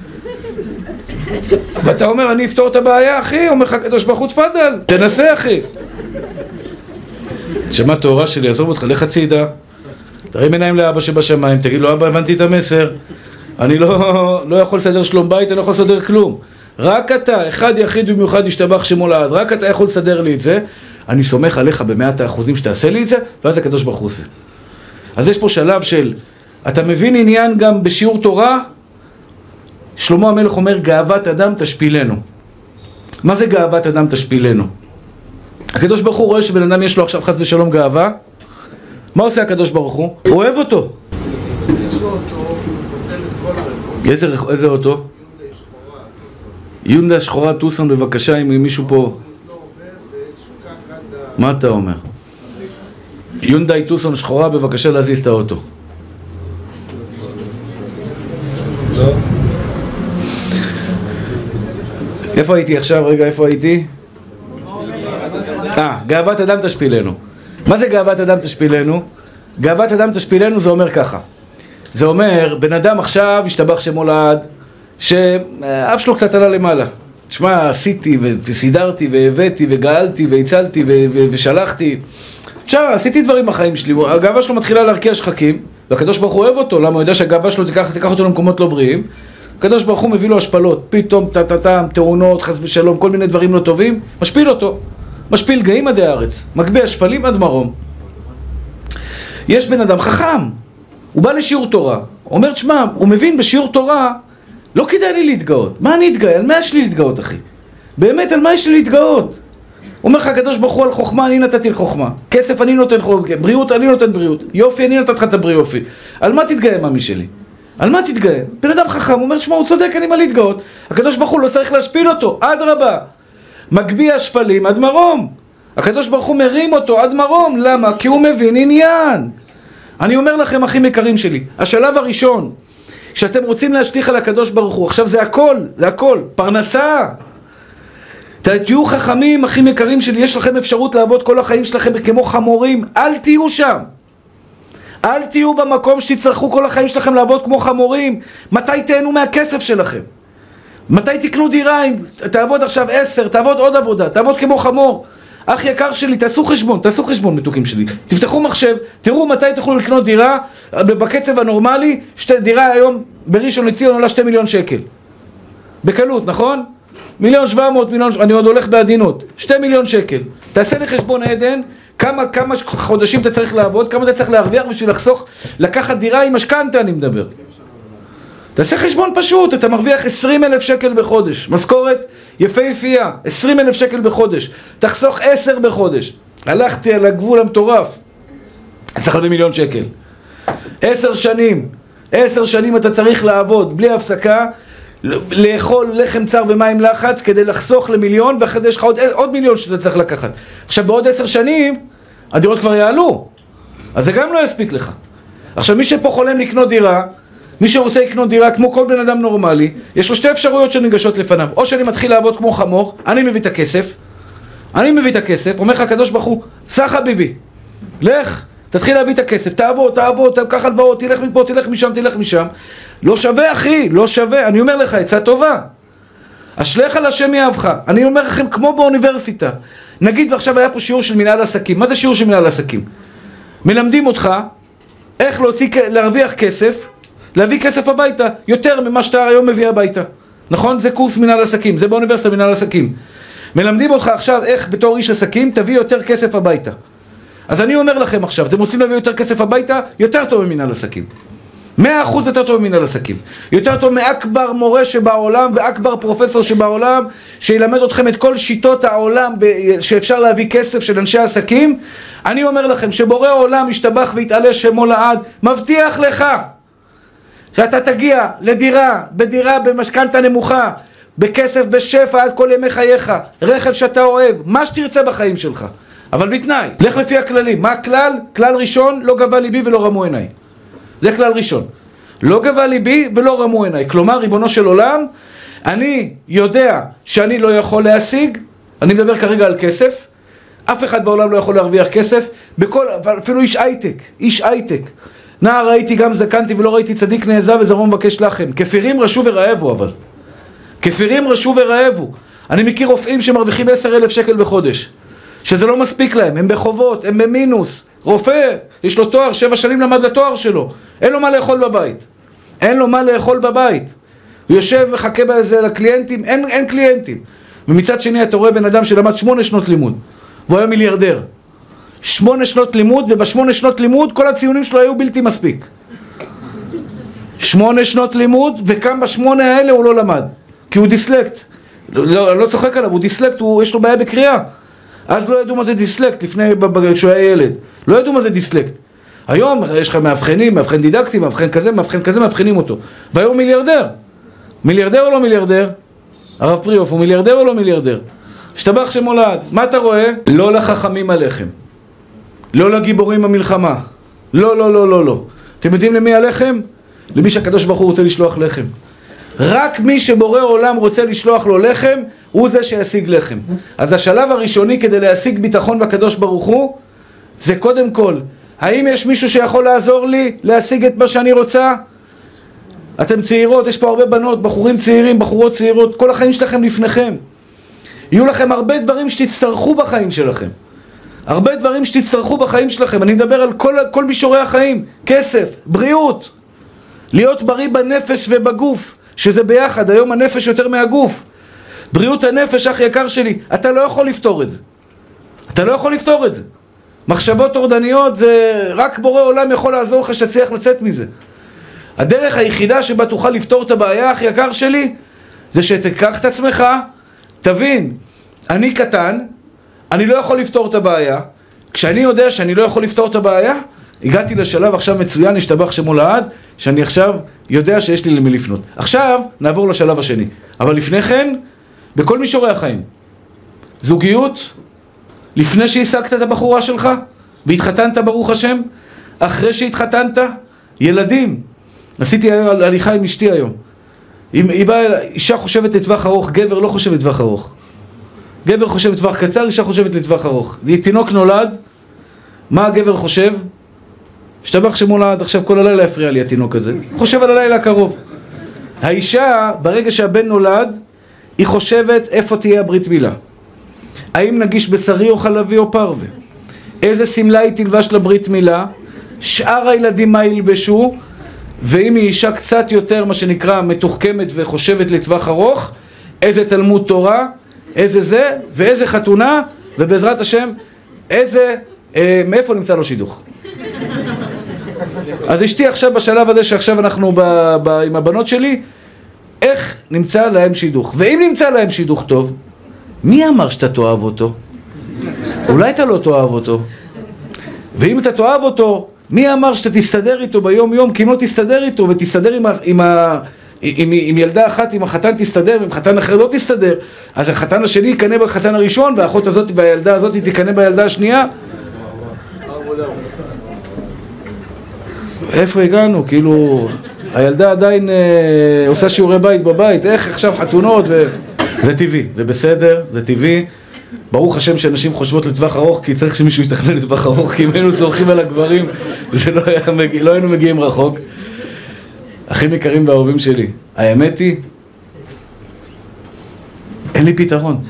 ואתה אומר, אני אפתור את הבעיה, אחי, אומר לך הקדוש ברוך הוא תפדל, תנסה, אחי. שמע תורה שלי, עזוב אותך, לך הצידה, תרים עיניים לאבא שבשמיים, תגיד לו, אבא, הבנתי את המסר, אני לא יכול לסדר שלום בית, אני לא יכול לסדר כלום. רק אתה, אחד יחיד במיוחד ישתבח שמו לעד, רק אתה יכול לסדר לי את זה, אני סומך עליך ב100% שתעשה לי את זה, ואז הקדוש ברוך הוא עושה. אז יש פה שלב של, אתה מבין עניין גם בשיעור תורה, שלמה המלך אומר, גאוות אדם תשפילנו. מה זה גאוות אדם תשפילנו? הקדוש ברוך הוא רואה שבן אדם יש לו עכשיו חס ושלום גאווה. מה עושה הקדוש ברוך הוא? הוא אוהב אותו. איזה אוטו? יונדה שחורה טוסון, בבקשה, אם מישהו פה... מה אתה אומר? יונדה טוסון שחורה, בבקשה להזיז את האוטו. איפה הייתי עכשיו? רגע, איפה הייתי? גאוות אדם תשפילנו. מה זה גאוות אדם תשפילנו? גאוות אדם תשפילנו זה אומר ככה. זה אומר, בן אדם עכשיו השתבח שמו לעד, שאף שלו קצת עלה למעלה. תשמע, עשיתי וסידרתי והבאתי וגאלתי והצלתי ושלחתי. תשמע, עשיתי דברים בחיים שלי. הגאווה שלו מתחילה להרקיע שחקים, והקדוש ברוך הוא אוהב אותו. למה הוא יודע שהגאווה שלו תיקח אותו למקומות לא בריאים? הקדוש ברוך הוא מביא לו השפלות, פתאום תאונות, חס ושלום, כל מיני דברים לא טובים, משפיל אותו. משפיל גאים עדי הארץ, מגביה שפלים עד מרום. יש בן אדם חכם, הוא בא לשיעור תורה, אומר, תשמע, הוא מבין בשיעור תורה, לא כדאי לי להתגאות. מה אני אתגאה? על מה יש לי להתגאות, אחי? באמת, על מה יש לי להתגאות? אומר לך הקדוש ברוך הוא על חוכמה, אני נתתי לחוכמה. כסף אני נותן חוכמה, בריאות אני נותן בריאות. יופי, אני נתת לך את הבריאות יופי. על מה תתגאה, מאמי שלי? על מה תתגאה? בן אדם חכם, הוא אומר, תשמע, הוא צודק, אני מה להתגאות. הקדוש ברוך הוא לא צריך להשפיל אותו, עד רבה. מגביה שפלים עד מרום. הקדוש ברוך הוא מרים אותו עד מרום. למה? כי הוא מבין עניין. אני אומר לכם, אחים יקרים שלי, השלב הראשון שאתם רוצים להשליך על הקדוש ברוך הוא, עכשיו זה הכל, פרנסה. תהיו חכמים, אחים יקרים שלי, יש לכם אפשרות לעבוד כל החיים שלכם כמו חמורים, אל תהיו שם. אל תהיו במקום שתצטרכו כל החיים שלכם לעבוד כמו חמורים. מתי תהנו מהכסף שלכם? מתי תקנו דירה? תעבוד עכשיו 10, תעבוד עוד עבודה, תעבוד כמו חמור. אח יקר שלי, תעשו חשבון מתוקים שלי. תפתחו מחשב, תראו מתי תוכלו לקנות דירה בקצב הנורמלי. דירה היום בראשון לציון עולה 2 מיליון שקל. בקלות, נכון? 1,700,000, אני עוד הולך בעדינות. 2 מיליון שקל. תעשה לי חשבון עדן, כמה חודשים אתה צריך לעבוד, כמה אתה צריך להרוויח בשביל לחסוך, לקחת דירה עם משכנתה, אני מדבר. תעשה חשבון פשוט, אתה מרוויח 20,000 שקל בחודש, משכורת יפהפייה, 20,000 שקל בחודש, תחסוך 10 בחודש. הלכתי על הגבול המטורף, צריך להביא 1,000,000 שקל. 10 שנים אתה צריך לעבוד בלי הפסקה, לאכול לחם צר ומים לחץ כדי לחסוך ל1,000,000, ואחרי זה יש לך עוד 1,000,000 שאתה צריך לקחת. עכשיו בעוד 10 שנים הדירות כבר יעלו, אז זה גם לא יספיק לך. עכשיו מי שפה חולם לקנות דירה, מי שרוצה לקנות דירה כמו כל בן אדם נורמלי, יש לו 2 אפשרויות שניגשות לפניו. או שאני מתחיל לעבוד כמו חמור, אני מביא את הכסף, אומר לך הקדוש ברוך הוא, סע חביבי, לך, תתחיל להביא את הכסף, תעבוד, קח הלוואות, תלך מפה, תלך משם. לא שווה אחי, לא שווה, אני אומר לך, עצה טובה. אשליך על השם יאהבך. אני אומר לכם כמו באוניברסיטה. נגיד ועכשיו היה פה שיעור של מנהל עסקים. מה זה שיעור של מנהל עסקים? מלמדים אותך איך להרוויח כסף, להביא כסף הביתה, יותר ממה שאתה היום מביא הביתה. נכון? זה קורס מנהל עסקים, זה באוניברסיטה מנהל עסקים. מלמדים אותך עכשיו איך בתור איש עסקים תביא יותר כסף הביתה. אז אני אומר לכם עכשיו, אתם רוצים להביא יותר כסף הביתה? יותר טוב ממנהל עסקים. 100% יותר טוב ממנהל עסקים. יותר טוב מאקבר מורה שבעולם ואקבר פרופסור שבעולם, שילמד אתכם את כל שיטות העולם שאפשר להביא כסף של אנשי עסקים. אני אומר לכם שבורא עולם ישתבח ויתעלה שמו לעד, מבטיח לך שאתה תגיע לדירה, בדירה במשכנתה נמוכה, בכסף בשפע עד כל ימי חייך, רכב שאתה אוהב, מה שתרצה בחיים שלך. אבל בתנאי, לך לפי הכללים. מה הכלל? כלל ראשון, לא גבה ליבי ולא רמו עיניי. זה כלל ראשון. לא גבה ליבי ולא רמו עיניי. כלומר, ריבונו של עולם, אני יודע שאני לא יכול להשיג, אני מדבר כרגע על כסף, אף אחד בעולם לא יכול להרוויח כסף, אפילו איש הייטק. נער ראיתי גם זקנתי ולא ראיתי צדיק נעזב וזרעו מבקש לחם. כפירים רשו ורעבו אבל. כפירים רשו ורעבו. אני מכיר רופאים שמרוויחים 10,000 שקל בחודש. שזה לא מספיק להם, הם בחובות, הם במינוס. רופא, יש לו תואר, 7 שנים למד לתואר שלו. אין לו מה לאכול בבית. אין לו מה לאכול בבית. הוא יושב ומחכה בזה לקליינטים, אין קליינטים. ומצד שני אתה רואה בן אדם שלמד 8 שנות לימוד. והוא היה מיליארדר. 8 שנות לימוד, וב8 שנות לימוד כל הציונים שלו היו בלתי מספיק. 8 שנות לימוד, וכאן ב8 האלה הוא לא למד. כי הוא דיסלקט. לא צוחק עליו, הוא דיסלקט, יש לו בעיה בקריאה. אז לא ידעו מה זה דיסלקט לפני, כשהוא היה ילד. לא ידעו מה זה דיסלקט. היום יש לך מאבחנים, מאבחן דידקטי, מאבחן כזה, מאבחנים אותו. והיום מיליארדר. מיליארדר או לא מיליארדר? הרב פריאוף, הוא מיליארדר או לא מיליארדר? השתבח שמו לעד. מה אתה רואה? לא לחכמים עליכם. לא לגיבורים המלחמה. לא. אתם יודעים למי הלחם? למי שהקדוש ברוך הוא רוצה לשלוח לחם. רק מי שבורא עולם רוצה לשלוח לו לחם, הוא זה שישיג לחם. אז השלב הראשוני כדי להשיג ביטחון בקדוש ברוך הוא, זה קודם כל, האם יש מישהו שיכול לעזור לי להשיג את מה שאני רוצה? אתם צעירות, יש פה הרבה בנות, בחורים צעירים, בחורות צעירות, כל החיים שלכם לפניכם. יהיו לכם הרבה דברים שתצטרכו בחיים שלכם. הרבה דברים שתצטרכו בחיים שלכם. אני מדבר על כל מישורי החיים. כסף, בריאות. להיות בריא בנפש ובגוף, שזה ביחד. היום הנפש יותר מהגוף. בריאות הנפש, אח יקר שלי, אתה לא יכול לפתור את זה. אתה לא יכול לפתור את זה. מחשבות טורדניות, זה רק בורא עולם יכול לעזור לך שתצליח לצאת מזה. הדרך היחידה שבה תוכל לפתור את הבעיה, אח יקר שלי, זה שתקח את עצמך, תבין, אני קטן, אני לא יכול לפתור את הבעיה. כשאני יודע שאני לא יכול לפתור את הבעיה, הגעתי לשלב עכשיו מצוין, השתבח שמו לעד, שאני עכשיו יודע שיש לי למי לפנות. עכשיו נעבור לשלב השני. אבל לפני כן, בכל מישורי החיים. זוגיות, לפני שהשגת את הבחורה שלך, והתחתנת ברוך השם, אחרי שהתחתנת, ילדים. עשיתי הליכה עם אשתי היום. אישה חושבת לטווח ארוך, גבר לא חושב לטווח ארוך. גבר חושב לטווח קצר, אישה חושבת לטווח ארוך. תינוק נולד, מה הגבר חושב? השתבח שמו לעד, עכשיו כל הלילה הפריע לי התינוק הזה. חושב על הלילה הקרוב. האישה, ברגע שהבן נולד, היא חושבת איפה תהיה הברית מילה. האם נגיש בשרי או חלבי או פרווה? איזה סמלה היא תלבש לברית מילה? שאר הילדים מה ילבשו? ואם היא אישה קצת יותר, מה שנקרא, מתוחכמת וחושבת לטווח ארוך, איזה תלמוד תורה, איזה זה, ואיזה חתונה, ובעזרת השם, איזה, מאיפה נמצא לו שידוך. אז אשתי עכשיו בשלב הזה שעכשיו אנחנו עם הבנות שלי, איך נמצא להם שידוך? ואם נמצא להם שידוך טוב, מי אמר שאתה תאהב אותו? אולי אתה לא תאהב אותו. ואם אתה תאהב אותו, מי אמר שאתה תסתדר איתו ביום יום? כי אם לא תסתדר איתו ותסתדר עם ילדה אחת, עם החתן תסתדר, ועם חתן אחר לא תסתדר, אז החתן השני יקנה בחתן הראשון, והאחות הזאת והילדה הזאת תקנה בילדה השנייה. איפה הגענו? כאילו, הילדה עדיין עושה שיעורי בית בבית, איך עכשיו חתונות זה טבעי, זה בסדר, זה טבעי. ברוך השם שאנשים חושבות לטווח ארוך, כי צריך שמישהו יתכנן לטווח ארוך, כי אם היינו זורחים על הגברים, זה לא היינו מגיעים רחוק. אחים יקרים והאהובים שלי, האמת היא, אין לי פתרון.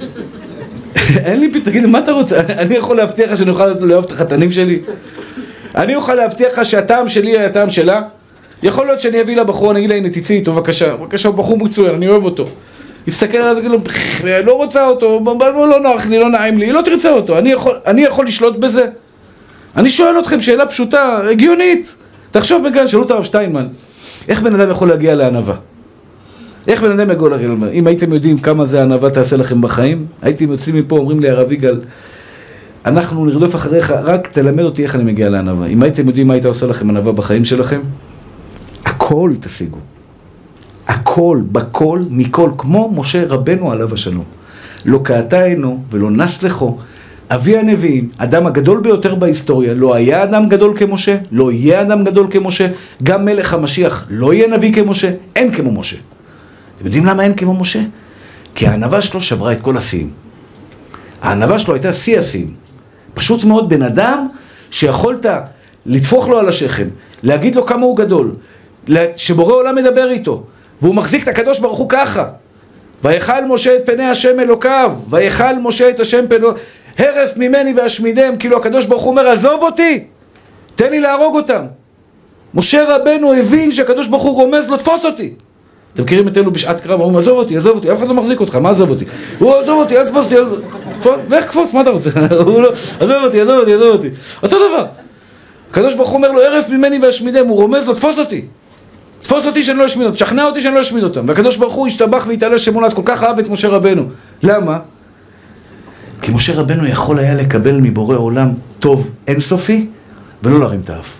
אין לי פתרון, תגיד, מה אתה רוצה? אני יכול להבטיח לך שאני אוכל לאהוב את החתנים שלי? אני אוכל להבטיח לך שהטעם שלי יהיה הטעם שלה. יכול להיות שאני אביא לבחור, אני אגיד לה, הנה תצאי איתו, בבקשה, הוא בחור מצוין, אני אוהב אותו. יסתכל עליו ויגיד לו, לא רוצה אותו, לא נוח לי, לא נעים לי, היא לא תרצה אותו, אני יכול לשלוט בזה. אני שואל אתכם שאלה פשוטה, הגיונית. תחשוב בגלל, שאלו את הרב שטיינמן, איך בן אדם יכול להגיע לענווה? איך בן אדם יגול הרגל? אם הייתם יודעים כמה זה הענווה תעשה לכם בחיים, הייתם יוצאים מפה, אומרים לי הרב יגאל, אנחנו נרדוף אחריך, רק תלמד אותי איך אני מגיע לענווה. אם הייתם יודעים מה הייתה עושה לכם ענווה בחיים שלכם, הכל תשיגו. הכל, בכל, מכל, כמו משה רבנו עליו השלום. לא קעתה עינו ולא נס לכו, אבי הנביאים, אדם הגדול ביותר בהיסטוריה, לא היה אדם גדול כמשה, לא יהיה אדם גדול כמשה, גם מלך המשיח לא יהיה נביא כמשה, אין כמו משה. אתם יודעים למה אין כמו משה? כי הענווה שלו שברה את כל השיאים. הענווה שלו הייתה שיא השיאים. פשוט מאוד בן אדם שיכולת לטפוח לו על השכם, להגיד לו כמה הוא גדול, שבורא עולם מדבר איתו, והוא מחזיק את הקדוש ברוך הוא ככה. ויכל משה את פני השם אלוקיו, ויכל משה את השם פני... הרס ממני והשמידם, כאילו הקדוש ברוך הוא אומר, עזוב אותי, תן לי להרוג אותם. משה רבנו הבין שהקדוש ברוך הוא רומז לו, תפוס אותי. אתם מכירים את אלו בשעת קרב, אומרים, עזוב אותי, עזוב אותי, אף אחד לא מחזיק אותך, מה עזוב אותי? הוא עזוב אותי, אל תפוס אותי, לך קפוץ, מה אתה רוצה? עזוב אותי, עזוב אותי, עזוב אותי. אותו דבר. הקדוש ברוך הוא אומר לו, הרס ממני והשמידם, הוא רומז לו, תפוס אותי. תפוס אותי שאני לא אשמיד אותם, שכנע אותי שאני לא אשמיד אותם. והקדוש ברוך הוא השתבח והתעלה שמולד, כל כך אהב את משה רבנו. למה? כי משה רבנו יכול היה לקבל מבורא עולם טוב אינסופי, ולא להרים את האף.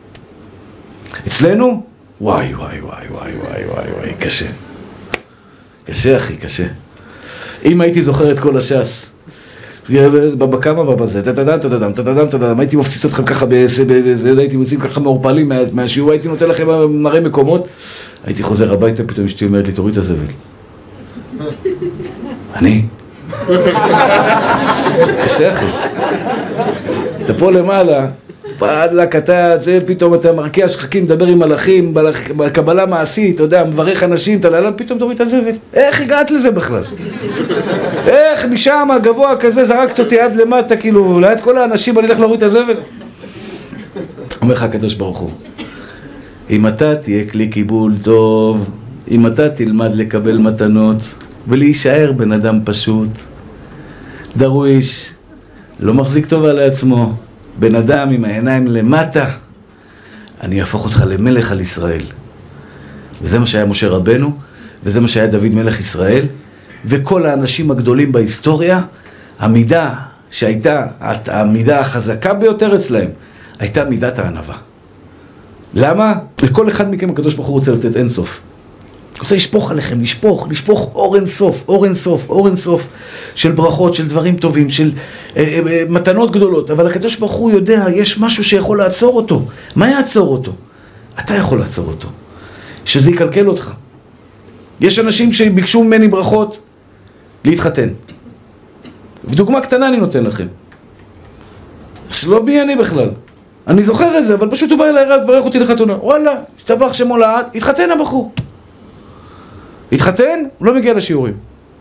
אצלנו, וואי, וואי, וואי, וואי, וואי, וואי, וואי, קשה. קשה, אחי, קשה. אם הייתי זוכר את כל הש"ס, בכמה בזה, תדדם, הייתי מפציץ אתכם ככה בזה, הייתי מוצאים ככה מעורפלים מהשיעור, הייתי נותן לכם מראה מקומות, הייתי חוזר הביתה, פתאום אשתי אומרת לי, תוריד את הזבל. אני? קשה, אחי. אתה פה למעלה, פעדלק, זה פתאום אתה מרקיע שחקים, מדבר עם מלאכים, בקבלה מעשית, אתה יודע, מברך אנשים, אתה לעלם, פתאום תוריד את הזבל. איך הגעת לזה בכלל? איך משם הגבוה כזה זרקת אותי עד למטה, כאילו, ליד כל האנשים אני הולך להוריד את הזבל? אומר לך הקדוש ברוך הוא, אם אתה תהיה כלי קיבול טוב, אם אתה תלמד לקבל מתנות ולהישאר בן אדם פשוט, דרוויש, לא מחזיק טוב על עצמו, בן אדם עם העיניים למטה, אני אהפוך אותך למלך על ישראל. וזה מה שהיה משה רבנו, וזה מה שהיה דוד מלך ישראל, וכל האנשים הגדולים בהיסטוריה, המידה שהייתה, המידה החזקה ביותר אצלהם, הייתה מידת הענווה. למה? לכל אחד מכם הקדוש ברוך הוא רוצה לתת אין סוף. הוא רוצה לשפוך עליכם, לשפוך אור אין סוף, אור אין סוף, אור אין סוף, של ברכות, של דברים טובים, של מתנות גדולות. אבל הקדוש ברוך הוא יודע, יש משהו שיכול לעצור אותו. מה יעצור אותו? אתה יכול לעצור אותו. שזה יקלקל אותך. יש אנשים שביקשו ממני ברכות להתחתן. ודוגמה קטנה אני נותן לכם. אז לא בי אני בכלל. אני זוכר את זה, אבל פשוט הוא בא אליי רב, ברך אותי לחתונה. וואלה, השתבח שמו לעד, התחתן הבחור. התחתן, הוא לא מגיע לשיעורים.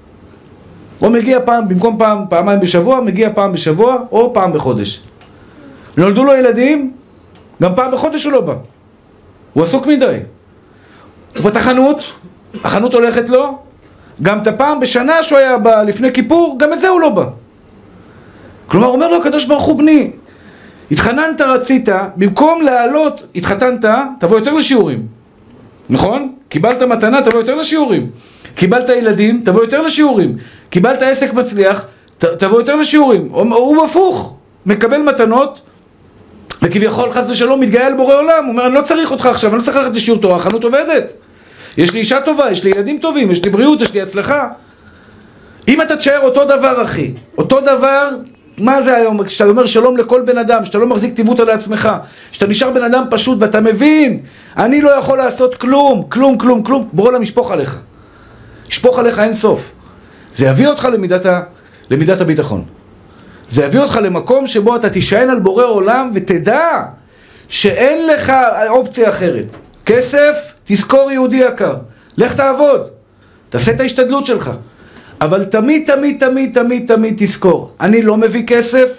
הוא מגיע פעם, במקום פעמיים בשבוע, מגיע פעם בשבוע או פעם בחודש. נולדו לו ילדים, גם פעם בחודש הוא לא בא. הוא עסוק מדי. הוא פתח חנות, החנות הולכת לו, גם את הפעם בשנה שהוא היה בא לפני כיפור, גם את זה הוא לא בא. כלומר, אומר לו הקדוש ברוך הוא, בני, התחננת רצית, במקום לעלות, התחתנת, תבוא יותר לשיעורים. נכון? קיבלת מתנה, תבוא יותר לשיעורים. קיבלת ילדים, תבוא יותר לשיעורים. קיבלת עסק מצליח, תבוא יותר לשיעורים. הוא הפוך, מקבל מתנות, וכביכול חס ושלום מתגאה על בורא עולם. הוא אומר, אני לא צריך אותך עכשיו, אני לא צריך ללכת לשיעור תורה, החנות עובדת. יש לי אישה טובה, יש לי ילדים טובים, יש לי בריאות, יש לי הצלחה. אם אתה תשאר אותו דבר, אחי, אותו דבר, מה זה היום? כשאתה אומר שלום לכל בן אדם, שאתה לא מחזיק טימות על עצמך, שאתה נשאר בן אדם פשוט ואתה מבין, אני לא יכול לעשות כלום, כלום, כלום, כלום, בורא עולם ישפוך עליך. ישפוך עליך אין סוף. זה יביא אותך למידת הביטחון. זה יביא אותך למקום שבו אתה תישען על בורא עולם ותדע שאין לך אופציה אחרת. כסף, תזכור יהודי יקר. לך תעבוד. תעשה את ההשתדלות שלך. אבל תמיד, תמיד, תמיד, תמיד, תמיד תזכור. אני לא מביא כסף,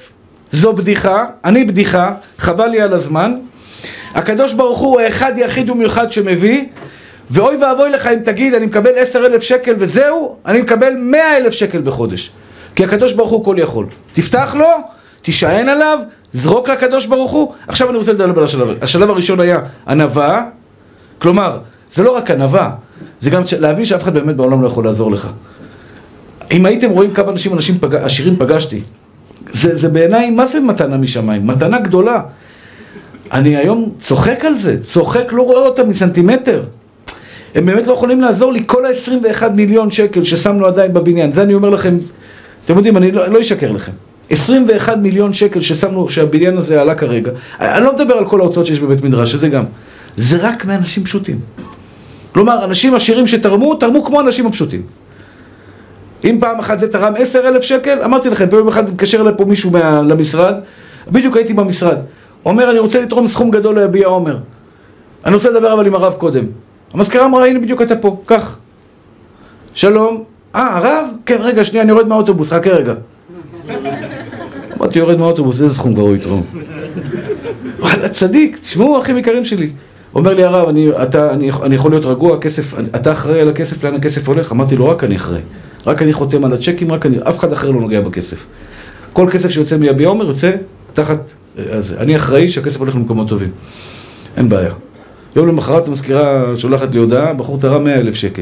זו בדיחה, אני בדיחה, חבל לי על הזמן. הקדוש ברוך הוא אחד יחיד ומיוחד שמביא, ואוי ואבוי לך אם תגיד אני מקבל 10,000 שקל וזהו, אני מקבל 100,000 שקל בחודש. כי הקדוש ברוך הוא כל יכול. תפתח לו, תישען עליו, זרוק לקדוש ברוך הוא. עכשיו אני רוצה לדבר על השלב. השלב הראשון היה ענווה, כלומר, זה לא רק ענווה, זה גם להבין שאף אחד באמת בעולם לא יכול לעזור לך. אם הייתם רואים כמה אנשים עשירים פגשתי, זה בעיניי, מה זה מתנה משמיים? מתנה גדולה. אני היום צוחק על זה, צוחק, לא רואה אותם מסנטימטר. הם באמת לא יכולים לעזור לי, כל ה-21 מיליון שקל ששמנו עדיין בבניין, זה אני אומר לכם, אתם יודעים, אני לא אשקר לכם. 21 מיליון שקל ששמנו, שהבניין הזה עלה כרגע, אני לא מדבר על כל ההוצאות שיש בבית מדרש, שזה גם, זה רק מאנשים פשוטים. כלומר, אנשים עשירים שתרמו, תרמו כמו אנשים הפשוטים. אם פעם אחת זה תרם 10,000 שקל, אמרתי לכם, פעם אחת מתקשר אליי פה מישהו למשרד, בדיוק הייתי במשרד, אומר, אני רוצה לתרום סכום גדול להביע עומר. אני רוצה לדבר אבל עם הרב קודם. המזכירה אמרה, הנה בדיוק אתה פה, כך. שלום. הרב? כן, רגע, שנייה, אני יורד מהאוטובוס, רק רגע. אמרתי, יורד מהאוטובוס, איזה סכום כבר הוא יתרום? וואלה, צדיק, תשמעו, אחים יקרים שלי. אומר לי הרב, אני יכול להיות רגוע, הכסף, אתה אחראי על הכסף, לאן הכסף הולך? אמרתי לו, רק אני אחראי. רק אני חותם על הצ'קים, אף אחד אחר לא נוגע בכסף. כל כסף שיוצא מיביע עומר יוצא תחת, אז אני אחראי שהכסף הולך למקומות טובים. אין בעיה. יום למחרת המזכירה שולחת לי הודעה, בחור תרם 100,000 שקל.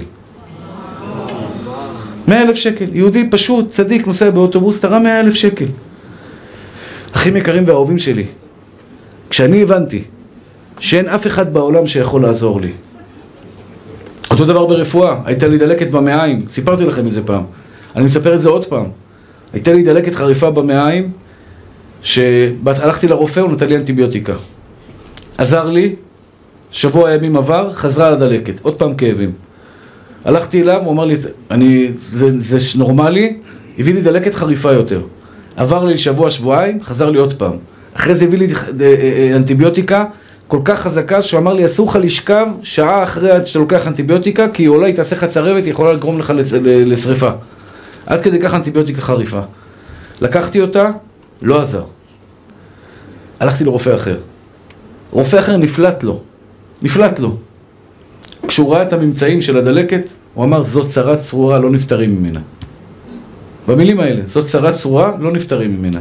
100,000 שקל. יהודי פשוט, צדיק, נוסע באוטובוס, תרם 100,000 שקל. אחים יקרים והאהובים שלי, כשאני הבנתי שאין אף אחד בעולם שיכול לעזור לי. אותו דבר ברפואה, הייתה לי דלקת במעיים, סיפרתי לכם את זה פעם. אני מספר את זה עוד פעם. הייתה לי דלקת חריפה במעיים, שהלכתי לרופא, הוא נתן לי אנטיביוטיקה. עזר לי, שבוע ימים עבר, חזרה על הדלקת, עוד פעם כאבים. הלכתי אליו, הוא אמר לי, זה נורמלי, הביא לי דלקת חריפה יותר. עבר לי שבוע, שבועיים, חזר לי עוד פעם. אחרי זה הביא לי אנטיביוטיקה כל כך חזקה, שהוא אמר לי, אסור לך לשכב שעה אחרי שאתה לוקח אנטיביוטיקה, כי אולי תעשה לך צרבת, היא יכולה לגרום לך לשריפה. עד כדי כך אנטיביוטיקה חריפה. לקחתי אותה, לא עזר. הלכתי לרופא אחר. רופא אחר נפלט לו. כשהוא ראה את הממצאים של הדלקת, הוא אמר, זאת צרה צרורה, לא נפטרים ממנה. במילים האלה, זאת צרה צרורה, לא נפטרים ממנה.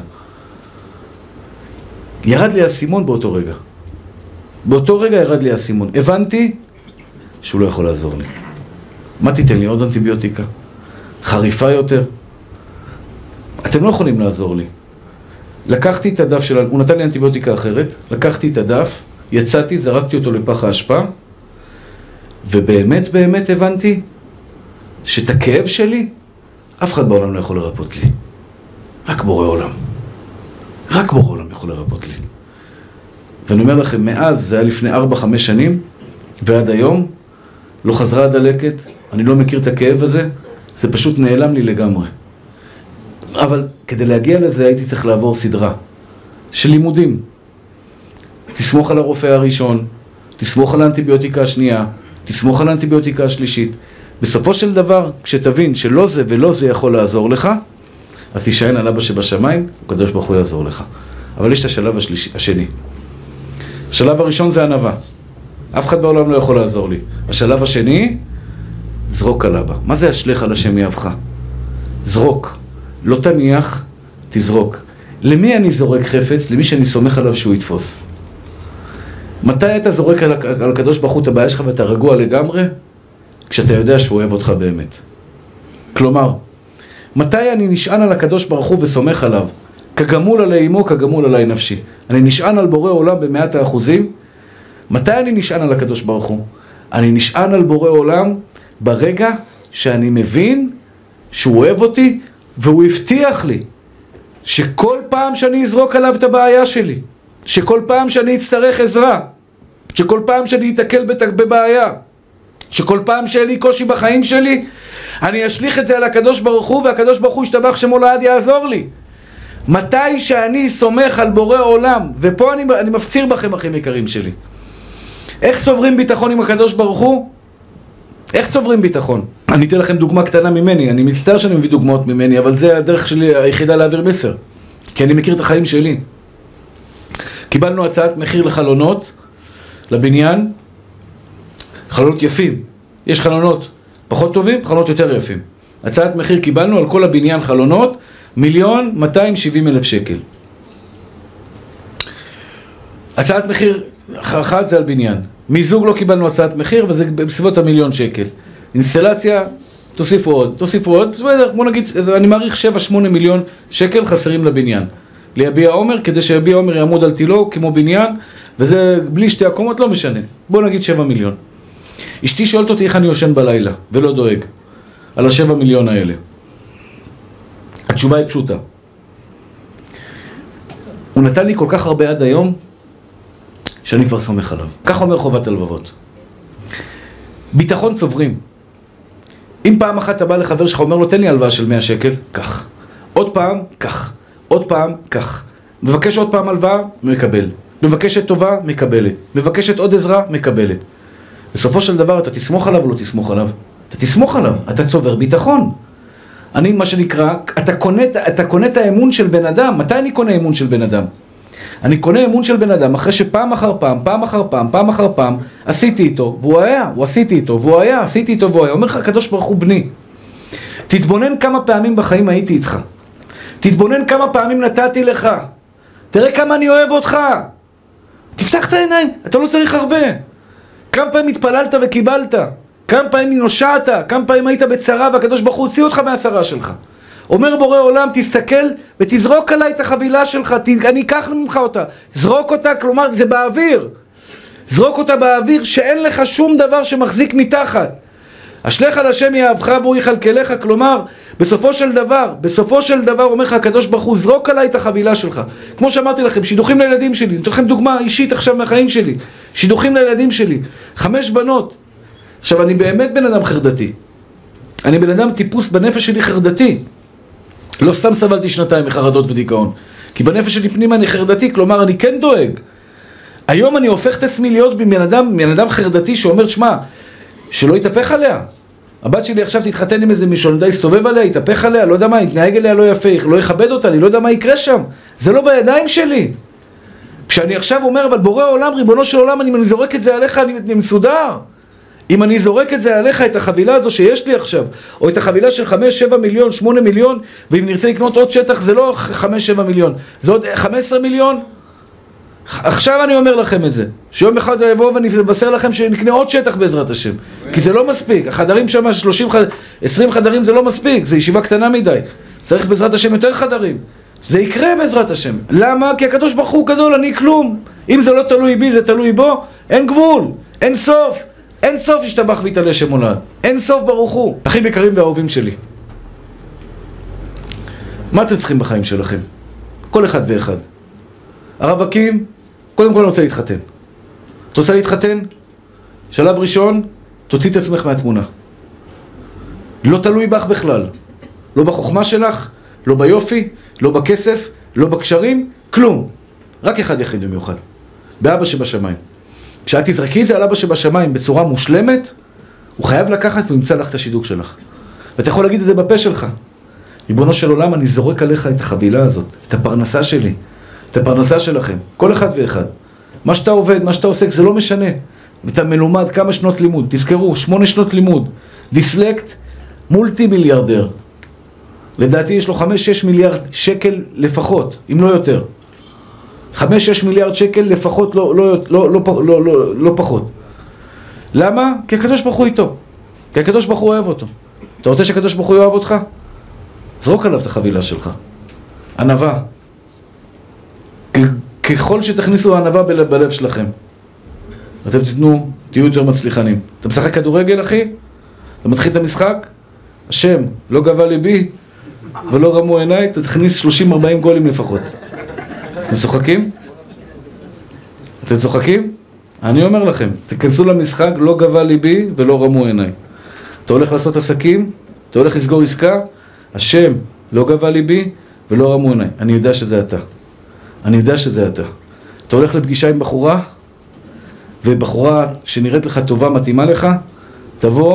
ירד לי האסימון באותו רגע. באותו רגע ירד לי האסימון. הבנתי שהוא לא יכול לעזור לי. מה תיתן לי? עוד אנטיביוטיקה? חריפה יותר? אתם לא יכולים לעזור לי. לקחתי את הדף שלנו, הוא נתן לי אנטיביוטיקה אחרת, לקחתי את הדף, יצאתי, זרקתי אותו לפח האשפה, ובאמת באמת הבנתי שאת הכאב שלי אף אחד בעולם לא יכול לרפות לי. רק בורא עולם. רק בורא עולם יכול לרפות לי. ואני אומר לכם, מאז, זה היה לפני 4-5 שנים, ועד היום, לא חזרה הדלקת, אני לא מכיר את הכאב הזה, זה פשוט נעלם לי לגמרי. אבל כדי להגיע לזה הייתי צריך לעבור סדרה של לימודים. תסמוך על הרופא הראשון, תסמוך על האנטיביוטיקה השנייה, תסמוך על האנטיביוטיקה השלישית. בסופו של דבר, כשתבין שלא זה ולא זה יכול לעזור לך, אז תישען על אבא שבשמיים, הקדוש ברוך הוא יעזור לך. אבל יש את השלב השני. השלב הראשון זה ענווה. אף אחד בעולם לא יכול לעזור לי. השלב השני, זרוק על אבא. מה זה אשליך על השם יאהבך? זרוק. לא תניח, תזרוק. למי אני זורק חפץ? למי שאני סומך עליו שהוא יתפוס. מתי אתה זורק על הקדוש ברוך הוא את הבעיה שלך ואתה רגוע לגמרי? כשאתה יודע שהוא אוהב אותך באמת. כלומר, מתי אני נשען על הקדוש ברוך הוא וסומך עליו? כגמול עלי אמו, כגמול עלי נפשי. אני נשען על בורא עולם ב100%. מתי אני נשען על הקדוש ברוך הוא? אני נשען על בורא עולם ברגע שאני מבין שהוא אוהב אותי, והוא הבטיח לי שכל פעם שאני אזרוק עליו את הבעיה שלי, שכל פעם שאני אצטרך עזרה, שכל פעם שאני אתקל בבעיה, שכל פעם שיהיה לי קושי בחיים שלי, אני אשליך את זה על הקדוש ברוך הוא, והקדוש ברוך הוא ישתבח שמו לעד יעזור לי. מתי שאני סומך על בורא עולם, ופה אני מפציר בכם אחים יקרים שלי, איך צוברים ביטחון עם הקדוש ברוך הוא? איך צוברים ביטחון? אני אתן לכם דוגמה קטנה ממני, אני מצטער שאני מביא דוגמאות ממני, אבל זה הדרך שלי היחידה להעביר מסר. כי אני מכיר את החיים שלי. קיבלנו הצעת מחיר לחלונות, לבניין, חלונות יפים. יש חלונות פחות טובים, חלונות יותר יפים. הצעת מחיר קיבלנו על כל הבניין חלונות, 1,270,000 שקל. הצעת מחיר אחת זה על בניין. מיזוג לא קיבלנו הצעת מחיר, וזה בסביבות 1,000,000 שקל. אינסטלציה, תוסיפו עוד. בוא נגיד, אני מעריך 7-8 מיליון שקל חסרים לבניין. ליביע עומר, כדי שיביע עומר יעמוד על תילו כמו בניין, וזה בלי שתי הקומות, לא משנה. בוא נגיד 7 מיליון. אשתי שואלת אותי איך אני יושן בלילה, ולא דואג, על 7 מיליון האלה. התשובה היא פשוטה. הוא נתן לי כל כך הרבה עד היום, שאני כבר סומך עליו. כך אומר חובת הלבבות. ביטחון צוברים. אם פעם אחת אתה בא לחבר שלך, אומר לו, תן לי הלוואה של 100 שקל, כך. עוד פעם, כך. עוד פעם, כך. מבקש עוד פעם הלוואה, מקבל. מבקשת טובה, מקבלת. מבקשת עוד עזרה, מקבלת. בסופו של דבר, אתה תסמוך עליו או לא תסמוך עליו? אתה תסמוך עליו, אתה צובר ביטחון. אני, מה שנקרא, אתה קונה את האמון של בן אדם. מתי אני קונה אמון של בן אדם? אני קונה אמון של בן אדם אחרי שפעם אחר פעם, עשיתי איתו, והוא היה, עשיתי איתו, והוא היה. אומר לך, הקדוש ברוך הוא בני, תתבונן כמה פעמים בחיים הייתי איתך. תתבונן כמה פעמים נתתי לך. תראה כמה אני אוהב אותך. תפתח את העיניים, אתה לא צריך הרבה. כמה פעמים התפללת וקיבלת. כמה פעמים נושעת, כמה פעמים היית בצרה והקדוש ברוך הוא הוציא אותך מהצרה שלך. אומר בורא עולם, תסתכל ותזרוק עליי את החבילה שלך, אני אקח ממך אותה. זרוק אותה, כלומר זה באוויר. זרוק אותה באוויר שאין לך שום דבר שמחזיק מתחת. אשליך על השם יאהבך והוא יכלכלך, כלומר בסופו של דבר אומר לך הקדוש ברוך הוא, זרוק עליי את החבילה שלך. כמו שאמרתי לכם, שידוכים לילדים שלי, אני אתן לכם דוגמה אישית עכשיו מהחיים שלי. שידוכים לילדים שלי, 5 בנות. עכשיו אני באמת בן אדם חרדתי. אני בן אדם טיפוס בנפש שלי חרדתי. לא סתם סבלתי 2 מחרדות ודיכאון. כי בנפש שלי פנימה אני חרדתי, כלומר אני כן דואג. היום אני הופך את עצמי להיות בן אדם חרדתי שאומר, שמה, שלא יתהפך עליה. הבת שלי עכשיו תתחתן עם איזה מישהו, אני יודע, יסתובב עליה, יתהפך עליה, לא יודע מה, יתנהג אליה לא יפה, לא יכבד אותה, אני לא יודע מה יקרה שם. זה לא בידיים שלי. כשאני עכשיו אומר, אבל בורא עולם, ריבונו של עולם, אם אני זורק את זה עליך, אני מסודר. אם אני זורק את זה עליך, את החבילה הזו שיש לי עכשיו, או את החבילה של 5-7 מיליון, 8 מיליון, ואם נרצה לקנות עוד שטח, זה לא 5-7 מיליון, זה עוד 15 מיליון. עכשיו אני אומר לכם את זה, שיום אחד יבוא ואני אבשר לכם שנקנה עוד שטח בעזרת השם, כי זה לא מספיק, החדרים שם 20 חדרים זה לא מספיק, זה ישיבה קטנה מדי, צריך בעזרת השם יותר חדרים, זה יקרה בעזרת השם. למה? כי הקדוש ברוך הוא גדול, אני כלום. אם זה לא תלוי בי, זה תלוי בו, אין גבול, אין סוף. אין סוף ישתבח ויתעלה שם עולד. אין סוף ברוך הוא. אחים יקרים ואהובים שלי, מה אתם צריכים בחיים שלכם? כל אחד ואחד. הרווקים, קודם כל אני רוצה להתחתן. את רוצה להתחתן? שלב ראשון, תוציא את עצמך מהתמונה. לא תלוי בך בכלל. לא בחוכמה שלך, לא ביופי, לא בכסף, לא בקשרים, כלום. רק אחד יחיד במיוחד. באבא שבשמיים. כשאת תזרקי את זה על אבא שבשמיים בצורה מושלמת, הוא חייב לקחת וימצא לך את השידוק שלך. ואתה יכול להגיד את זה בפה שלך. ריבונו של עולם, אני זורק עליך את החבילה הזאת, את הפרנסה שלי, את הפרנסה שלכם, כל אחד ואחד. מה שאתה עובד, מה שאתה עוסק, זה לא משנה. ואתה מלומד כמה שנות לימוד, תזכרו, 8 שנות לימוד. דיסלקט, מולטי מיליארדר. לדעתי יש לו 5-6 מיליארד שקל לפחות, אם לא יותר. 5-6 מיליארד שקל לפחות, לא פחות. למה? כי הקדוש ברוך הוא איתו. כי הקדוש ברוך הוא אוהב אותו. אתה רוצה שהקדוש ברוך הוא יאהב אותך? זרוק עליו את החבילה שלך. ענווה. ככל שתכניסו ענווה בלב שלכם, אתם תהיו יותר מצליחנים. אתה משחק כדורגל, אחי? אתה מתחיל את המשחק? השם, לא גבה ליבי ולא רמו עיניי, אתה תכניס 30-40 גולים לפחות. אתם צוחקים? אתם צוחקים? אני אומר לכם, תכנסו למשחק, לא גבה ליבי ולא רמו עיניי. אתה הולך לעשות עסקים, אתה הולך לסגור עסקה, השם, לא גבה ליבי ולא רמו עיניי. אני יודע שזה אתה. אני יודע שזה אתה. אתה הולך לפגישה עם בחורה, ובחורה שנראית לך טובה, מתאימה לך, תבוא,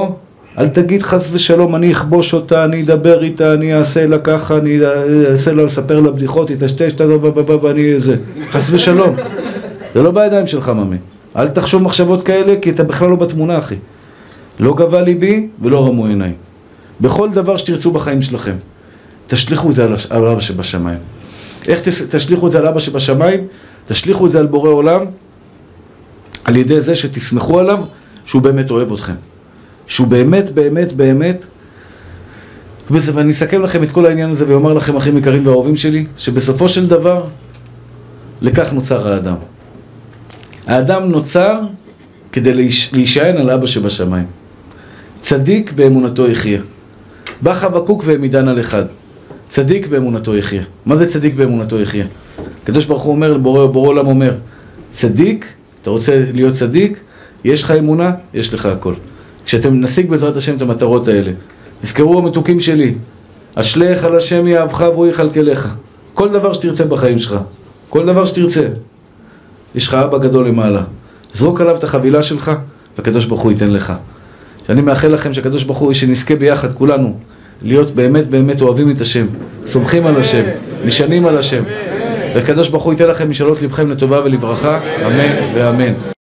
אל תגיד חס ושלום, אני אכבוש אותה, אני אדבר איתה, אני אעשה לה ככה, אני אעשה לה לספר לה בדיחות, תטשטש, ואני זה. חס ושלום. זה לא בידיים שלך, ממי. אל תחשוב מחשבות כאלה, כי אתה בכלל לא בתמונה, אחי. לא גבה ליבי ולא רמו עיניי. בכל דבר שתרצו בחיים שלכם, תשליחו את זה על אבא שבשמיים. איך תשליחו את זה על אבא שבשמיים? תשליחו את זה על בורא עולם, על ידי זה שתסמכו עליו, שהוא באמת אוהב אתכם. שהוא באמת, באמת, באמת, ואני אסכם לכם את כל העניין הזה ואומר לכם, אחים יקרים ואהובים שלי, שבסופו של דבר, לכך נוצר האדם. האדם נוצר כדי להישען על אבא שבשמיים. צדיק באמונתו יחיה. בא חבקוק והעמידן על אחד. צדיק באמונתו יחיה. מה זה צדיק באמונתו יחיה? הקדוש ברוך הוא אומר, בורא עולם אומר, צדיק, אתה רוצה להיות צדיק, יש לך אמונה, יש לך הכל. כשאתם נשיג בעזרת השם את המטרות האלה, תזכרו המתוקים שלי, אשליך על השם יאהבך והוא יכלכלך. כל דבר שתרצה בחיים שלך, כל דבר שתרצה, יש לך אבא גדול למעלה. זרוק עליו את החבילה שלך, והקדוש ברוך הוא ייתן לך. שאני מאחל לכם שהקדוש ברוך הוא, שנזכה ביחד כולנו, להיות באמת באמת אוהבים את השם, סומכים על השם, נשענים על השם. והקדוש ברוך הוא ייתן לכם משאלות לבכם לטובה ולברכה, אמן ואמן.